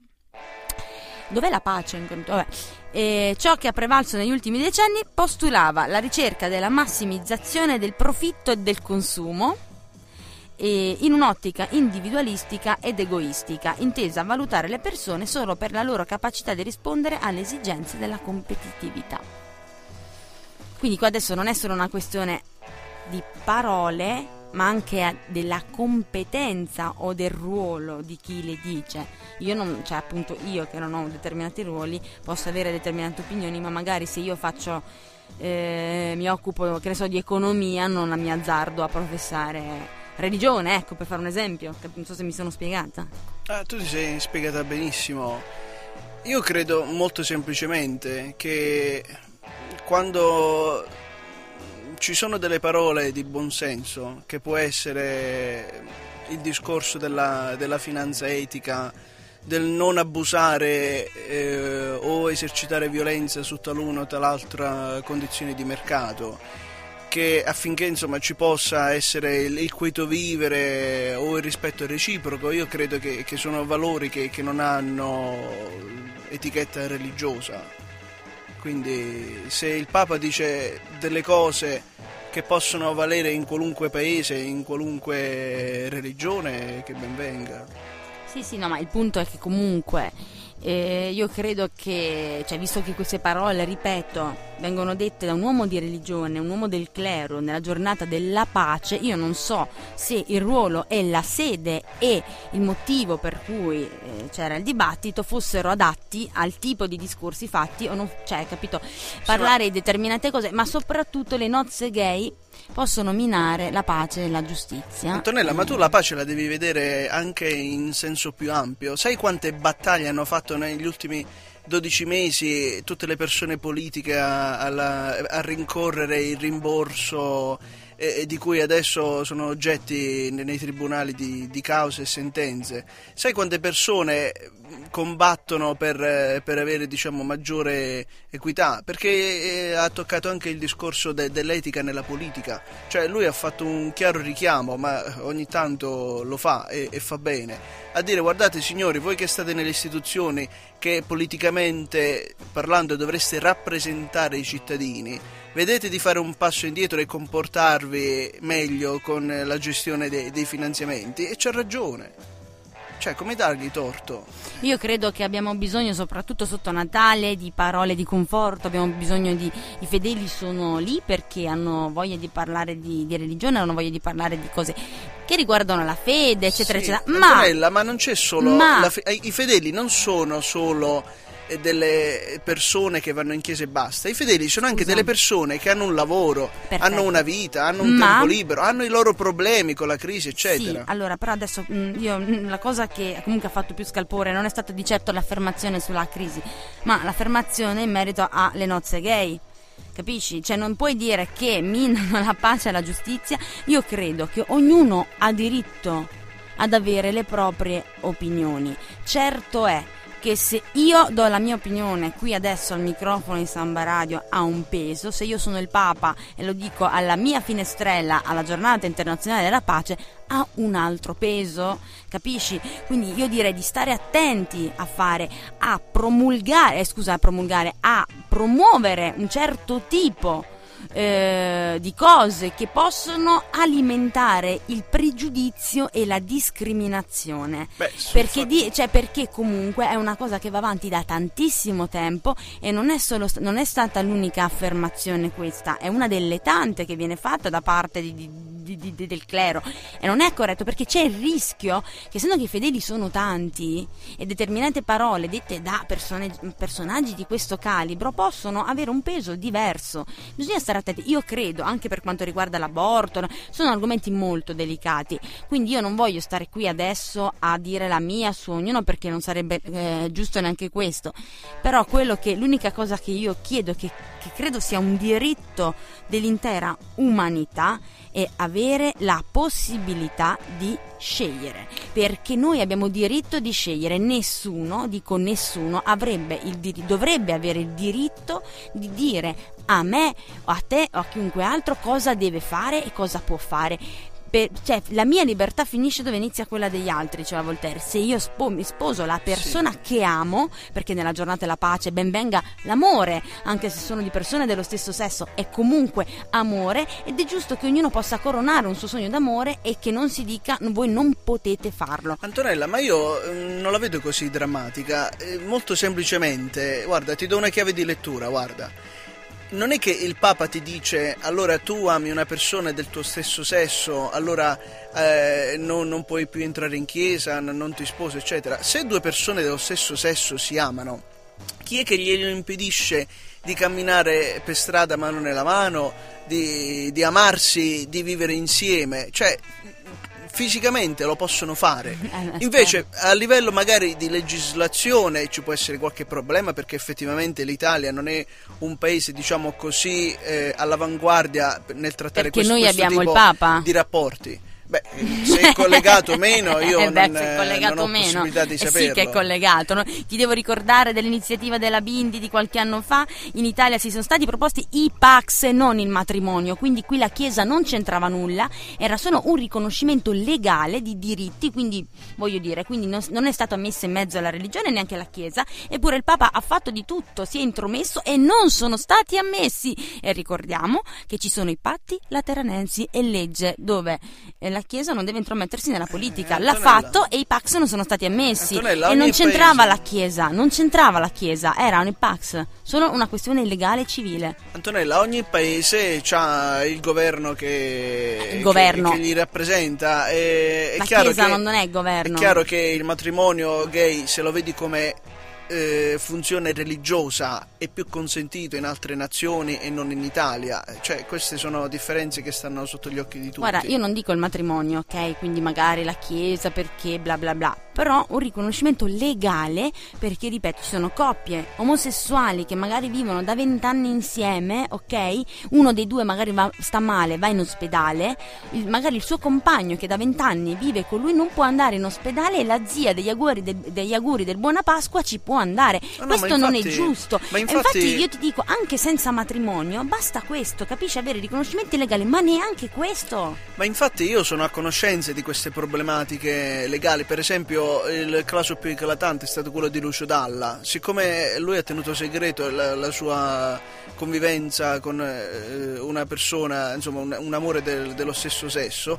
Speaker 1: Dov'è la pace? Vabbè. E ciò che ha prevalso negli ultimi decenni postulava la ricerca della massimizzazione del profitto e del consumo e in un'ottica individualistica ed egoistica, intesa a valutare le persone solo per la loro capacità di rispondere alle esigenze della competitività. Quindi qua adesso non è solo una questione di parole, ma anche della competenza o del ruolo di chi le dice. Io non, cioè appunto io che non ho determinati ruoli posso avere determinate opinioni, ma magari se io faccio eh, mi occupo, che ne so, di economia, non mi azzardo a professare religione, ecco, per fare un esempio. Non so se mi sono spiegata.
Speaker 2: Ah, tu ti sei spiegata benissimo. Io credo molto semplicemente che quando ci sono delle parole di buonsenso, che può essere il discorso della, della finanza etica, del non abusare eh, o esercitare violenza su taluna o tal'altra condizione di mercato, che affinché insomma ci possa essere il, il quieto vivere o il rispetto reciproco, io credo che, che sono valori che, che non hanno etichetta religiosa. Quindi se il Papa dice delle cose che possono valere in qualunque paese, in qualunque religione, che ben venga.
Speaker 1: Sì, sì, no, ma il punto è che comunque eh, io credo che, cioè, visto che queste parole, ripeto, vengono dette da un uomo di religione, un uomo del clero, nella giornata della pace, io non so se il ruolo e la sede e il motivo per cui eh, c'era il dibattito fossero adatti al tipo di discorsi fatti o non, cioè, capito, parlare di determinate cose, ma soprattutto le nozze gay possono minare la pace e la giustizia.
Speaker 2: Antonella, mm. ma tu la pace la devi vedere anche in senso più ampio. Sai quante battaglie hanno fatto negli ultimi dodici mesi tutte le persone politiche a, a, a rincorrere il rimborso eh, di cui adesso sono oggetti nei, nei tribunali di, di cause e sentenze? Sai quante persone combattono per, per avere, diciamo, maggiore equità? Perché eh, ha toccato anche il discorso de, dell'etica nella politica, cioè lui ha fatto un chiaro richiamo, ma ogni tanto lo fa e, e fa bene, a dire: guardate signori, voi che state nelle istituzioni, che politicamente parlando dovreste rappresentare i cittadini, vedete di fare un passo indietro e comportarvi meglio con la gestione dei, dei finanziamenti. E c'ha ragione. Cioè, come dargli torto?
Speaker 1: Io credo che abbiamo bisogno, soprattutto sotto Natale, di parole di conforto, abbiamo bisogno di... I fedeli sono lì perché hanno voglia di parlare di, di religione, hanno voglia di parlare di cose che riguardano la fede, eccetera,
Speaker 2: Sì,
Speaker 1: eccetera. Ma,
Speaker 2: Antonella, ma non c'è solo...
Speaker 1: ma-
Speaker 2: la fe- I fedeli non sono solo eh, delle persone che vanno in chiesa e basta. I fedeli sono anche
Speaker 1: Scusa.
Speaker 2: delle persone che hanno un lavoro,
Speaker 1: Perfetto.
Speaker 2: hanno una vita, hanno un
Speaker 1: Ma-
Speaker 2: tempo libero, hanno i loro problemi con la crisi, eccetera.
Speaker 1: Sì, allora, però adesso mh, io mh, la cosa che comunque ha fatto più scalpore non è stata di certo l'affermazione sulla crisi, ma l'affermazione in merito alle nozze gay. Capisci? Cioè non puoi dire che minano la pace e la giustizia. Io credo che ognuno ha diritto ad avere le proprie opinioni. Certo è che se io do la mia opinione qui adesso al microfono in Samba Radio ha un peso, se io sono il Papa e lo dico alla mia finestrella alla giornata internazionale della pace ha un altro peso, capisci? Quindi io direi di stare attenti a fare, a promulgare, eh, scusa, a promulgare, a promuovere un certo tipo eh, di cose che possono alimentare il pregiudizio e la discriminazione.
Speaker 2: Beh, sì,
Speaker 1: perché,
Speaker 2: infatti.
Speaker 1: di, cioè perché comunque è una cosa che va avanti da tantissimo tempo e non è, solo, non è stata l'unica affermazione questa, è una delle tante che viene fatta da parte di, di, di, di, del clero e non è corretto perché c'è il rischio che essendo che i fedeli sono tanti e determinate parole dette da persone, personaggi di questo calibro possono avere un peso diverso. Bisogna stare attenti. Io credo anche per quanto riguarda l'aborto, sono argomenti molto delicati, quindi io non voglio stare qui adesso a dire la mia su ognuno perché non sarebbe eh, giusto neanche questo, però quello che l'unica cosa che io chiedo, che, che credo sia un diritto dell'intera umanità, è avere la possibilità di scegliere, perché noi abbiamo diritto di scegliere. Nessuno, dico nessuno, avrebbe il dir- dovrebbe avere il diritto di dire a me o a te o a chiunque altro cosa deve fare e cosa può fare. Per, cioè la mia libertà finisce dove inizia quella degli altri, diceva Voltaire. Se io spo, mi sposo la persona
Speaker 2: Sì.
Speaker 1: che amo, perché nella giornata della pace ben venga l'amore, anche se sono di persone dello stesso sesso, è comunque amore ed è giusto che ognuno possa coronare un suo sogno d'amore e che non si dica voi non potete farlo.
Speaker 2: Antonella, ma io eh, non la vedo così drammatica, eh, molto semplicemente, guarda, ti do una chiave di lettura, guarda. Non è che il Papa ti dice allora tu ami una persona del tuo stesso sesso, allora eh, no, non puoi più entrare in chiesa, non, non ti sposi, eccetera. Se due persone dello stesso sesso si amano, chi è che glielo impedisce di camminare per strada mano nella mano, di, di amarsi, di vivere insieme? Cioè, fisicamente lo possono fare. Invece a livello magari di legislazione ci può essere qualche problema perché effettivamente l'Italia non è un paese, diciamo così, eh, all'avanguardia nel trattare
Speaker 1: Perché
Speaker 2: questo,
Speaker 1: noi
Speaker 2: questo
Speaker 1: abbiamo
Speaker 2: tipo
Speaker 1: il Papa.
Speaker 2: di rapporti. Beh, se è collegato o meno io
Speaker 1: eh beh,
Speaker 2: non,
Speaker 1: se è
Speaker 2: eh,
Speaker 1: collegato
Speaker 2: non ho
Speaker 1: meno.
Speaker 2: possibilità di
Speaker 1: Eh
Speaker 2: saperlo.
Speaker 1: sì che è collegato, no? Ti devo ricordare dell'iniziativa della Bindi di qualche anno fa. In Italia si sono stati proposti i Pax e non il matrimonio, quindi qui la Chiesa non c'entrava nulla, era solo un riconoscimento legale di diritti, quindi voglio dire, quindi non, non è stato ammesso in mezzo alla religione neanche la Chiesa, eppure il Papa ha fatto di tutto, si è intromesso e non sono stati ammessi. E ricordiamo che ci sono i patti lateranensi e legge dove eh, la Chiesa non deve intromettersi nella politica,
Speaker 2: Eh,
Speaker 1: l'ha
Speaker 2: Antonella.
Speaker 1: fatto e i Pax non sono stati ammessi.
Speaker 2: Antonella,
Speaker 1: E non
Speaker 2: ogni
Speaker 1: c'entrava
Speaker 2: paese-
Speaker 1: la Chiesa, non c'entrava la Chiesa, erano i Pax, solo una questione legale e civile.
Speaker 2: Antonella, ogni paese ha il governo che,
Speaker 1: Il governo.
Speaker 2: che, che gli rappresenta. È, è
Speaker 1: La
Speaker 2: chiaro
Speaker 1: Chiesa
Speaker 2: che,
Speaker 1: non è il governo.
Speaker 2: È chiaro che il matrimonio gay, se lo vedi come eh, funzione religiosa, è più consentito in altre nazioni e non in Italia. Cioè, queste sono differenze che stanno sotto gli occhi di tutti.
Speaker 1: Guarda, io non dico il matrimonio, ok? Quindi magari la Chiesa perché bla bla bla, però un riconoscimento legale perché, ripeto, ci sono coppie omosessuali che magari vivono da vent'anni insieme, ok? Uno dei due magari va, sta male, va in ospedale, il, magari il suo compagno che da vent'anni vive con lui non può andare in ospedale e la zia degli auguri del, degli auguri del Buona Pasqua ci può andare.
Speaker 2: No, no,
Speaker 1: questo
Speaker 2: ma
Speaker 1: non è
Speaker 2: infatti-
Speaker 1: giusto.
Speaker 2: ma
Speaker 1: E
Speaker 2: infatti-
Speaker 1: infatti io ti dico, anche senza matrimonio, basta questo, capisci? Avere riconoscimenti legali, ma neanche questo.
Speaker 2: Ma infatti io sono a conoscenza di queste problematiche legali. Per esempio, il caso più eclatante è stato quello di Lucio Dalla. Siccome lui ha tenuto segreto la, la sua convivenza con eh, una persona, insomma un, un amore del- dello stesso sesso,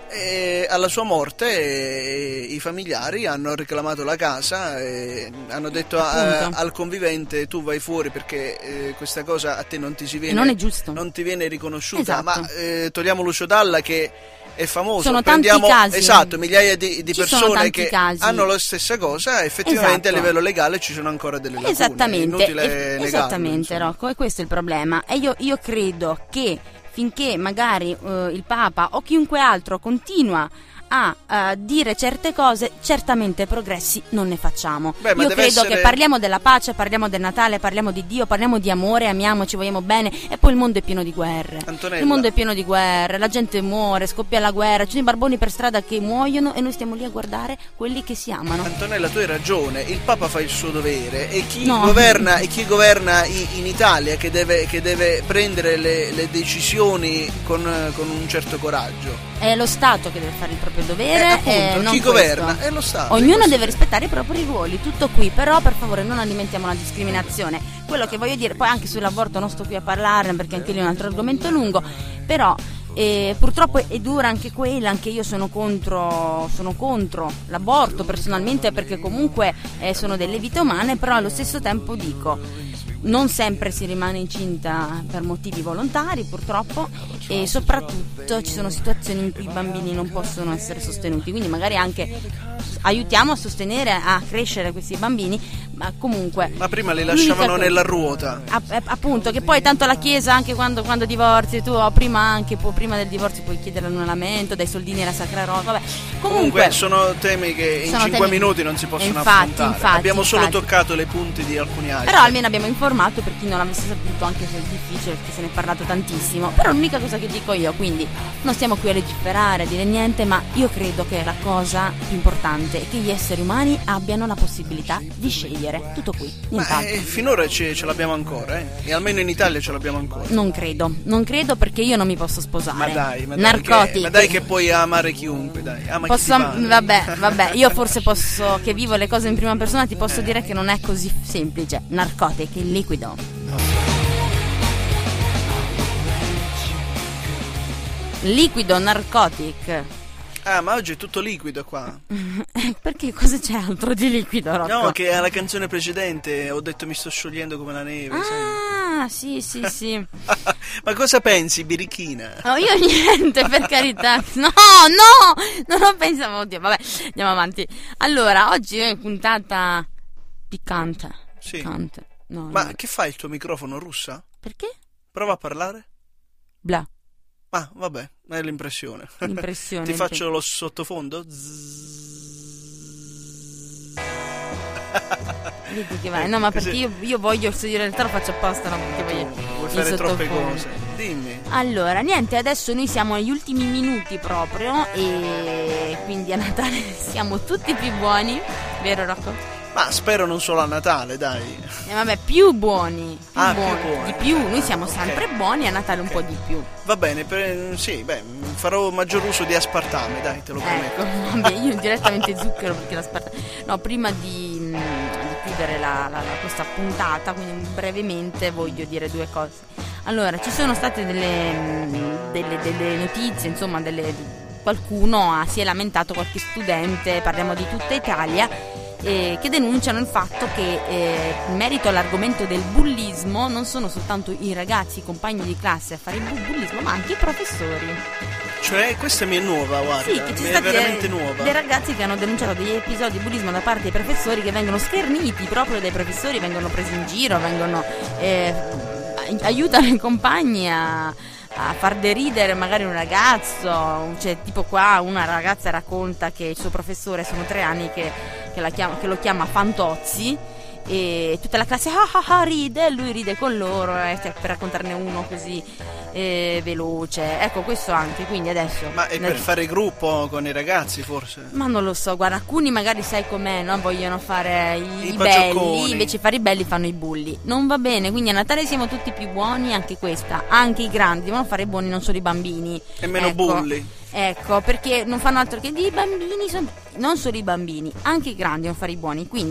Speaker 2: E alla sua morte eh, i familiari hanno reclamato la casa e hanno detto a, al convivente: tu vai fuori perché eh, questa cosa a te non ti si viene,
Speaker 1: non è giusto,
Speaker 2: non ti viene riconosciuta.
Speaker 1: Esatto.
Speaker 2: Ma eh, togliamo Lucio Dalla, che è famoso,
Speaker 1: sono
Speaker 2: prendiamo
Speaker 1: tanti casi.
Speaker 2: Esatto, migliaia di, di persone che
Speaker 1: casi.
Speaker 2: hanno la stessa cosa, effettivamente
Speaker 1: esatto.
Speaker 2: a livello legale ci sono ancora delle lacune.
Speaker 1: Esattamente,
Speaker 2: è inutile
Speaker 1: e-
Speaker 2: negarlo,
Speaker 1: esattamente
Speaker 2: insomma.
Speaker 1: Rocco, e questo è il problema. E io, io credo che finché magari uh, il Papa o chiunque altro continua a uh, dire certe cose, certamente progressi non ne facciamo.
Speaker 2: Beh, ma
Speaker 1: io
Speaker 2: deve
Speaker 1: credo
Speaker 2: essere...
Speaker 1: che parliamo della pace, parliamo del Natale, parliamo di Dio, parliamo di amore, amiamoci, vogliamo bene, e poi il mondo è pieno di guerre.
Speaker 2: Antonella.
Speaker 1: Il mondo è pieno di guerre, la gente muore, scoppia la guerra, ci sono i barboni per strada che muoiono e noi stiamo lì a guardare quelli che si amano.
Speaker 2: Antonella, tu hai ragione, il Papa fa il suo dovere e chi
Speaker 1: No.
Speaker 2: governa e chi governa i- in Italia che deve, che deve prendere le, le decisioni con, con un certo coraggio.
Speaker 1: È lo Stato che deve fare il proprio dovere.
Speaker 2: Eh, appunto,
Speaker 1: e non
Speaker 2: chi
Speaker 1: questo.
Speaker 2: governa è lo Stato.
Speaker 1: Ognuno
Speaker 2: Questo-
Speaker 1: deve rispettare i propri ruoli, tutto qui, però per favore non alimentiamo la discriminazione. Quello che voglio dire, poi anche sull'aborto non sto qui a parlarne perché anche lì è un altro argomento lungo, però eh, purtroppo è dura anche quella, anche io sono contro, sono contro l'aborto personalmente, perché comunque eh, sono delle vite umane, però allo stesso tempo dico, non sempre si rimane incinta per motivi volontari, purtroppo, e soprattutto ci sono situazioni in cui i bambini non possono essere sostenuti, quindi magari anche aiutiamo a sostenere, a crescere questi bambini, ma comunque
Speaker 2: Ma prima li lasciavano
Speaker 1: l'unica
Speaker 2: nella ruota.
Speaker 1: App- app- appunto, che poi tanto la Chiesa, anche quando, quando divorzi tu, o prima anche può, prima del divorzio puoi chiedere l'annullamento, dai soldini alla Sacra Rosa, vabbè.
Speaker 2: Comunque
Speaker 1: Comunque
Speaker 2: sono temi che in
Speaker 1: sono
Speaker 2: cinque
Speaker 1: temi-
Speaker 2: minuti non si possono
Speaker 1: infatti,
Speaker 2: affrontare.
Speaker 1: infatti,
Speaker 2: Abbiamo solo
Speaker 1: infatti.
Speaker 2: toccato le punte di alcuni altri.
Speaker 1: Però almeno abbiamo informato per chi non l'avesse saputo, anche se è difficile perché se ne è parlato tantissimo. Però l'unica cosa che dico io, quindi non stiamo qui a legiferare, a dire niente, ma io credo che la cosa più importante è che gli esseri umani abbiano la possibilità di scegliere. Tutto qui,
Speaker 2: Ma
Speaker 1: nient'altro.
Speaker 2: eh, finora ce, ce l'abbiamo ancora, eh? E almeno in Italia ce l'abbiamo ancora.
Speaker 1: Non credo, non credo perché io non mi posso sposare.
Speaker 2: Ma dai, ma dai,
Speaker 1: Narcotici.
Speaker 2: che, ma dai che puoi amare chiunque, dai. Ama
Speaker 1: Posso,
Speaker 2: chi ti pare.
Speaker 1: vabbè, vabbè, io forse posso, che vivo le cose in prima persona, ti posso dire che non è così semplice. Narcotici, il liquido. Liquido narcotic.
Speaker 2: Ah, ma oggi è tutto liquido qua.
Speaker 1: Perché cosa c'è altro di liquido, Rocco?
Speaker 2: No, che alla canzone precedente ho detto mi sto sciogliendo come la neve, sai?
Speaker 1: Ah, sì, sì, sì.
Speaker 2: Ma cosa pensi, birichina?
Speaker 1: No, io niente, per carità. No, no, non lo pensavo. Oddio, vabbè, andiamo avanti. Allora, oggi è puntata piccante.
Speaker 2: Sì.
Speaker 1: Piccante. No,
Speaker 2: Ma
Speaker 1: no.
Speaker 2: che fa il tuo microfono, russa?
Speaker 1: Perché?
Speaker 2: Prova a parlare.
Speaker 1: Bla.
Speaker 2: Ah, vabbè, è l'impressione.
Speaker 1: L'impressione.
Speaker 2: Ti
Speaker 1: il
Speaker 2: faccio lo sottofondo?
Speaker 1: Vedi che vai. No, ma perché
Speaker 2: Così.
Speaker 1: io, io voglio studiare il lo faccio apposta, no? Perché voglio
Speaker 2: Vuoi
Speaker 1: il
Speaker 2: fare troppe
Speaker 1: sottofondo.
Speaker 2: cose? Dimmi.
Speaker 1: Allora, niente, adesso noi siamo agli ultimi minuti proprio e quindi a Natale siamo tutti più buoni, vero Rocco?
Speaker 2: Ma spero non solo a Natale, dai.
Speaker 1: E vabbè, più buoni, più
Speaker 2: Ah, più
Speaker 1: buoni,
Speaker 2: buoni.
Speaker 1: di più, noi siamo
Speaker 2: Ok.
Speaker 1: sempre buoni, a Natale un po' di più.
Speaker 2: Va bene, per, sì, beh, farò maggior uso di aspartame, dai, te lo prometto.
Speaker 1: Ecco, vabbè, io direttamente zucchero perché l'aspetta. No, prima di, mh, di chiudere la, la- la- questa puntata, quindi brevemente voglio dire due cose. Allora, ci sono state delle, mh, delle, delle notizie, insomma, delle, qualcuno ha, si è lamentato, qualche studente, parliamo di tutta Italia, eh, che denunciano il fatto che eh, in merito all'argomento del bullismo non sono soltanto i ragazzi, i compagni di classe a fare il bu- bullismo, ma anche i professori.
Speaker 2: Cioè, questa mi è nuova, guarda,
Speaker 1: Sì, che ci
Speaker 2: mi
Speaker 1: sono
Speaker 2: è veramente
Speaker 1: stati dei,
Speaker 2: nuova.
Speaker 1: dei ragazzi che hanno denunciato degli episodi di bullismo da parte dei professori, che vengono scherniti proprio dai professori, vengono presi in giro, vengono eh, aiutano i compagni a, a far deridere magari un ragazzo. Cioè, tipo qua una ragazza racconta che il suo professore sono tre anni che, che, la chiama, che lo chiama Fantozzi, e tutta la classe ah ah ah ride, e lui ride con loro, eh, cioè, per raccontarne uno così eh, veloce. Ecco, questo anche, quindi adesso
Speaker 2: Ma è
Speaker 1: nel-
Speaker 2: per fare gruppo con i ragazzi, forse?
Speaker 1: ma non lo so, guarda, alcuni magari sai com'è, no? Vogliono fare i,
Speaker 2: I
Speaker 1: i
Speaker 2: pagiocconi.
Speaker 1: belli, invece fare i belli fanno i bulli. Non va bene, quindi a Natale siamo tutti più buoni, anche questa, anche i grandi devono fare i buoni, non solo i bambini.
Speaker 2: E meno
Speaker 1: Ecco.
Speaker 2: bulli.
Speaker 1: Ecco, perché non fanno altro che di bambini, son- non solo i bambini, anche i grandi devono fare i buoni, quindi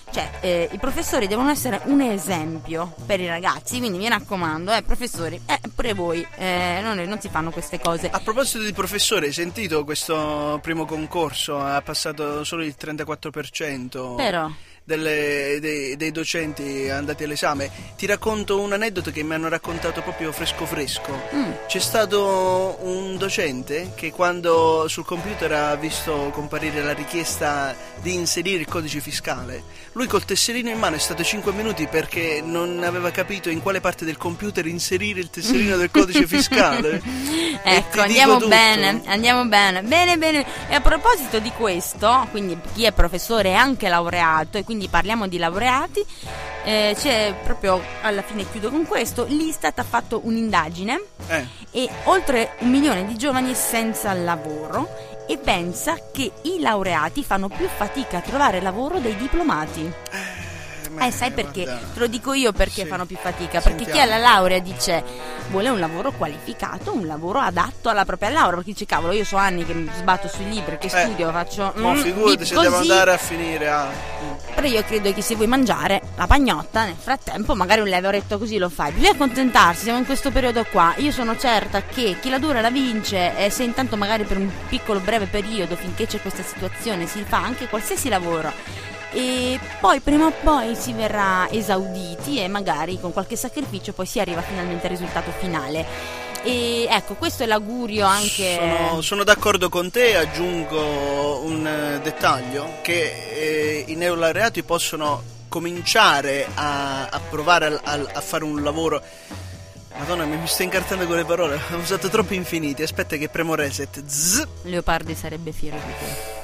Speaker 1: Cioè, eh, i professori devono essere un esempio per i ragazzi, quindi mi raccomando, eh, professori, eh, pure voi, eh, non, non si fanno queste cose.
Speaker 2: A proposito di professori, hai sentito questo primo concorso? Ha passato solo il trentaquattro per cento.
Speaker 1: Però...
Speaker 2: Delle, dei, dei docenti andati all'esame. Ti racconto un aneddoto che mi hanno raccontato proprio fresco fresco.
Speaker 1: Mm.
Speaker 2: C'è stato un docente che quando sul computer ha visto comparire la richiesta di inserire il codice fiscale, lui col tesserino in mano è stato cinque minuti perché non aveva capito in quale parte del computer inserire il tesserino del codice fiscale.
Speaker 1: Ecco, andiamo bene, andiamo bene, bene bene. E a proposito di questo, quindi chi è professore è anche laureato, e quindi parliamo di laureati, eh, c'è proprio, alla fine chiudo con questo, l'Istat ha fatto un'indagine
Speaker 2: eh.
Speaker 1: e oltre un milione di giovani senza lavoro, e pensa che i laureati fanno più fatica a trovare lavoro dei diplomati. Eh, sai perché?
Speaker 2: Guarda.
Speaker 1: Te lo dico io perché
Speaker 2: Sì.
Speaker 1: fanno più fatica. Perché
Speaker 2: Sentiamo.
Speaker 1: chi ha la laurea dice vuole un lavoro qualificato, un lavoro adatto alla propria laurea. Perché dice cavolo, io so anni che mi sbatto sui libri, che
Speaker 2: Eh.
Speaker 1: studio, faccio
Speaker 2: Ma
Speaker 1: mm,
Speaker 2: figurati
Speaker 1: di-
Speaker 2: se
Speaker 1: così.
Speaker 2: devo andare a finire a...
Speaker 1: Però io credo che se vuoi mangiare la pagnotta, nel frattempo magari un lavoretto così lo fai. Bisogna accontentarsi, siamo in questo periodo qua. Io sono certa che chi la dura la vince, e se intanto magari per un piccolo breve periodo, finché c'è questa situazione, si fa anche qualsiasi lavoro, e poi prima o poi si verrà esauditi e magari con qualche sacrificio poi si arriva finalmente al risultato finale. E ecco, questo è l'augurio anche.
Speaker 2: Sono, sono d'accordo con te, aggiungo un eh, dettaglio, che eh, i neolaureati possono cominciare a, a provare a, a, a fare un lavoro. Madonna, mi, mi sto incartando con le parole, ho usato troppi infiniti, aspetta che premo reset. Zzz.
Speaker 1: Leopardi sarebbe fiero di te.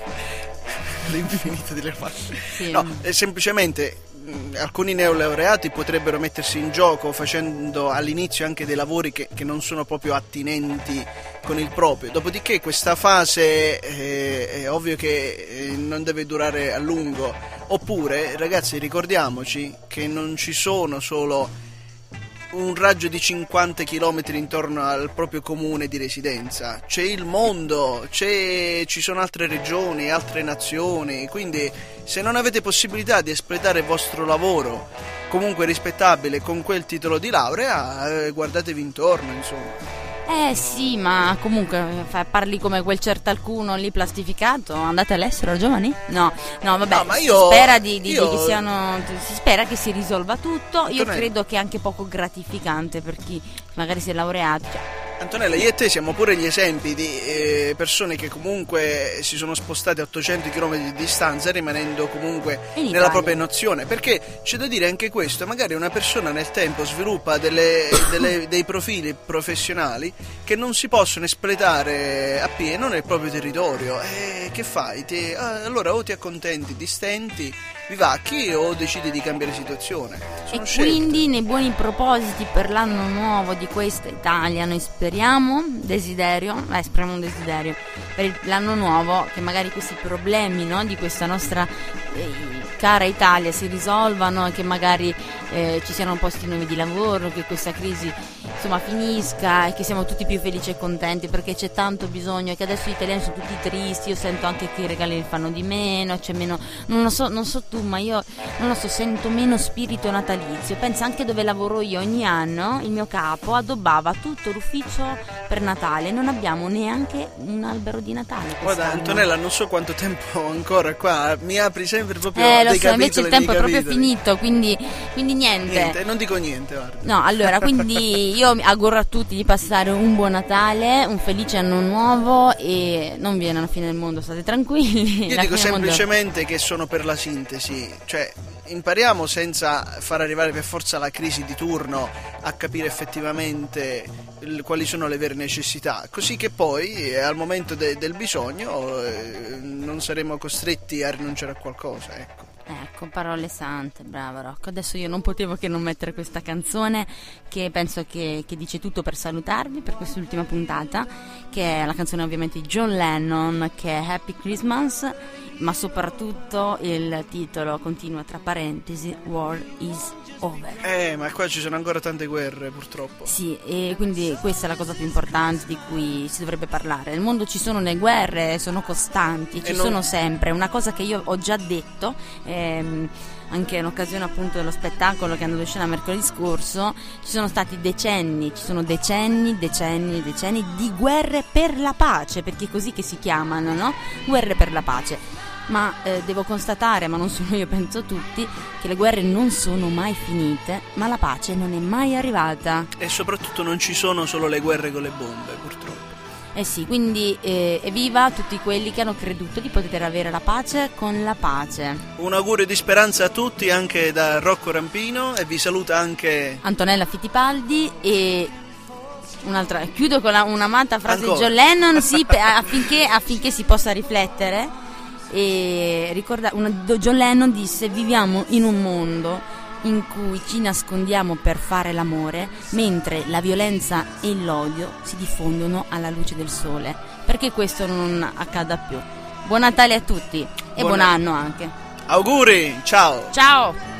Speaker 2: L'infinito delle parole.
Speaker 1: Sì.
Speaker 2: No, è semplicemente mh, alcuni neolaureati potrebbero mettersi in gioco facendo all'inizio anche dei lavori che, che non sono proprio attinenti con il proprio. Dopodiché questa fase eh, è ovvio che eh, non deve durare a lungo. Oppure, ragazzi, ricordiamoci che non ci sono solo un raggio di cinquanta chilometri intorno al proprio comune di residenza, c'è il mondo, c'è, ci sono altre regioni, altre nazioni, quindi se non avete possibilità di espletare il vostro lavoro comunque rispettabile con quel titolo di laurea, eh, guardatevi intorno, insomma.
Speaker 1: Eh sì, ma comunque fa- parli come quel certalcuno lì plastificato. Andate all'estero, giovani? No, no, vabbè.
Speaker 2: No, ma
Speaker 1: si
Speaker 2: io-
Speaker 1: spera di, di-
Speaker 2: io-
Speaker 1: di che siano. Si spera che si risolva tutto. Io
Speaker 2: Antonella.
Speaker 1: credo che è anche poco gratificante per chi magari si è laureato. Cioè,
Speaker 2: Antonella, io e te siamo pure gli esempi di eh, persone che comunque si sono spostate a ottocento chilometri di distanza rimanendo comunque
Speaker 1: In
Speaker 2: nella
Speaker 1: Italia.
Speaker 2: propria nazione, perché c'è da dire anche questo, magari una persona nel tempo sviluppa delle, delle- dei profili professionali che non si possono espletare appieno nel proprio territorio, e che fai? Ti- ah, allora o ti accontenti, distenti, vivacchi, o decidi di cambiare situazione. Sono
Speaker 1: e
Speaker 2: scelte.
Speaker 1: quindi nei buoni propositi per l'anno nuovo di questa Italia noi speriamo, desiderio, eh, esprimiamo un desiderio per il- l'anno nuovo, che magari questi problemi, no, di questa nostra eh, cara Italia si risolvano, e che magari eh, ci siano posti nuovi di lavoro, che questa crisi insomma finisca e che siamo tutti più felici e contenti, perché c'è tanto bisogno, e che adesso gli italiani sono tutti tristi. Io sento anche che i regali li fanno di meno, c'è meno, non lo so, non so tu, ma io non lo so, sento meno spirito natalizio. Pensa anche dove lavoro io, ogni anno il mio capo addobbava tutto l'ufficio per Natale, non abbiamo neanche un albero di Natale
Speaker 2: Guarda
Speaker 1: quest'anno.
Speaker 2: Antonella, non so quanto tempo ancora qua, mi apri sempre proprio
Speaker 1: Eh, lo
Speaker 2: dei
Speaker 1: so, invece
Speaker 2: capitoli,
Speaker 1: il tempo è
Speaker 2: dei
Speaker 1: proprio
Speaker 2: capitoli.
Speaker 1: finito, quindi, quindi niente.
Speaker 2: Niente, non dico niente, guarda.
Speaker 1: No, allora, quindi io mi auguro a tutti di passare un buon Natale, un felice anno nuovo, e non viene la fine del mondo, state tranquilli.
Speaker 2: Io
Speaker 1: La
Speaker 2: dico
Speaker 1: fine del mondo-
Speaker 2: semplicemente che sono per la sintesi, cioè impariamo senza far arrivare per forza la crisi di turno a capire effettivamente il- quali sono le vere necessità, così che poi eh, al momento de- del bisogno eh, non saremo costretti a rinunciare a qualcosa, ecco.
Speaker 1: Ecco, parole sante, brava Rocco. Adesso io non potevo che non mettere questa canzone, che penso che, che dice tutto per salutarvi per quest'ultima puntata, che è la canzone ovviamente di John Lennon, che è Happy Christmas, ma soprattutto il titolo continua tra parentesi, War is over.
Speaker 2: Eh, ma qua ci sono ancora tante guerre, purtroppo.
Speaker 1: Sì, e quindi questa è la cosa più importante di cui si dovrebbe parlare. Nel mondo ci sono le guerre, sono costanti, ci
Speaker 2: E non-
Speaker 1: sono sempre. Una cosa che io ho già detto, ehm, mh, anche in occasione appunto dello spettacolo che è andato in scena mercoledì scorso, ci sono stati decenni, ci sono decenni, decenni, decenni di guerre per la pace, perché è così che si chiamano, no? Guerre per la pace. Ma eh, devo constatare, ma non solo io, penso tutti, che le guerre non sono mai finite, ma la pace non è mai arrivata.
Speaker 2: E soprattutto non ci sono solo le guerre con le bombe, purtroppo.
Speaker 1: Eh sì, quindi eh, evviva tutti quelli che hanno creduto di poter avere la pace con la pace.
Speaker 2: Un augurio di speranza a tutti anche da Rocco Rampino, e vi saluta anche
Speaker 1: Antonella Fittipaldi. E un'altra, chiudo con la, un'amata frase
Speaker 2: Ancora.
Speaker 1: di John Lennon, sì, pe- affinché, affinché si possa riflettere. E ricorda, una, John Lennon disse: viviamo in un mondo in cui ci nascondiamo per fare l'amore, mentre la violenza e l'odio si diffondono alla luce del sole, perché questo non accada più. Buon Natale a tutti e
Speaker 2: buon,
Speaker 1: buon anno anche.
Speaker 2: Auguri, ciao.
Speaker 1: Ciao.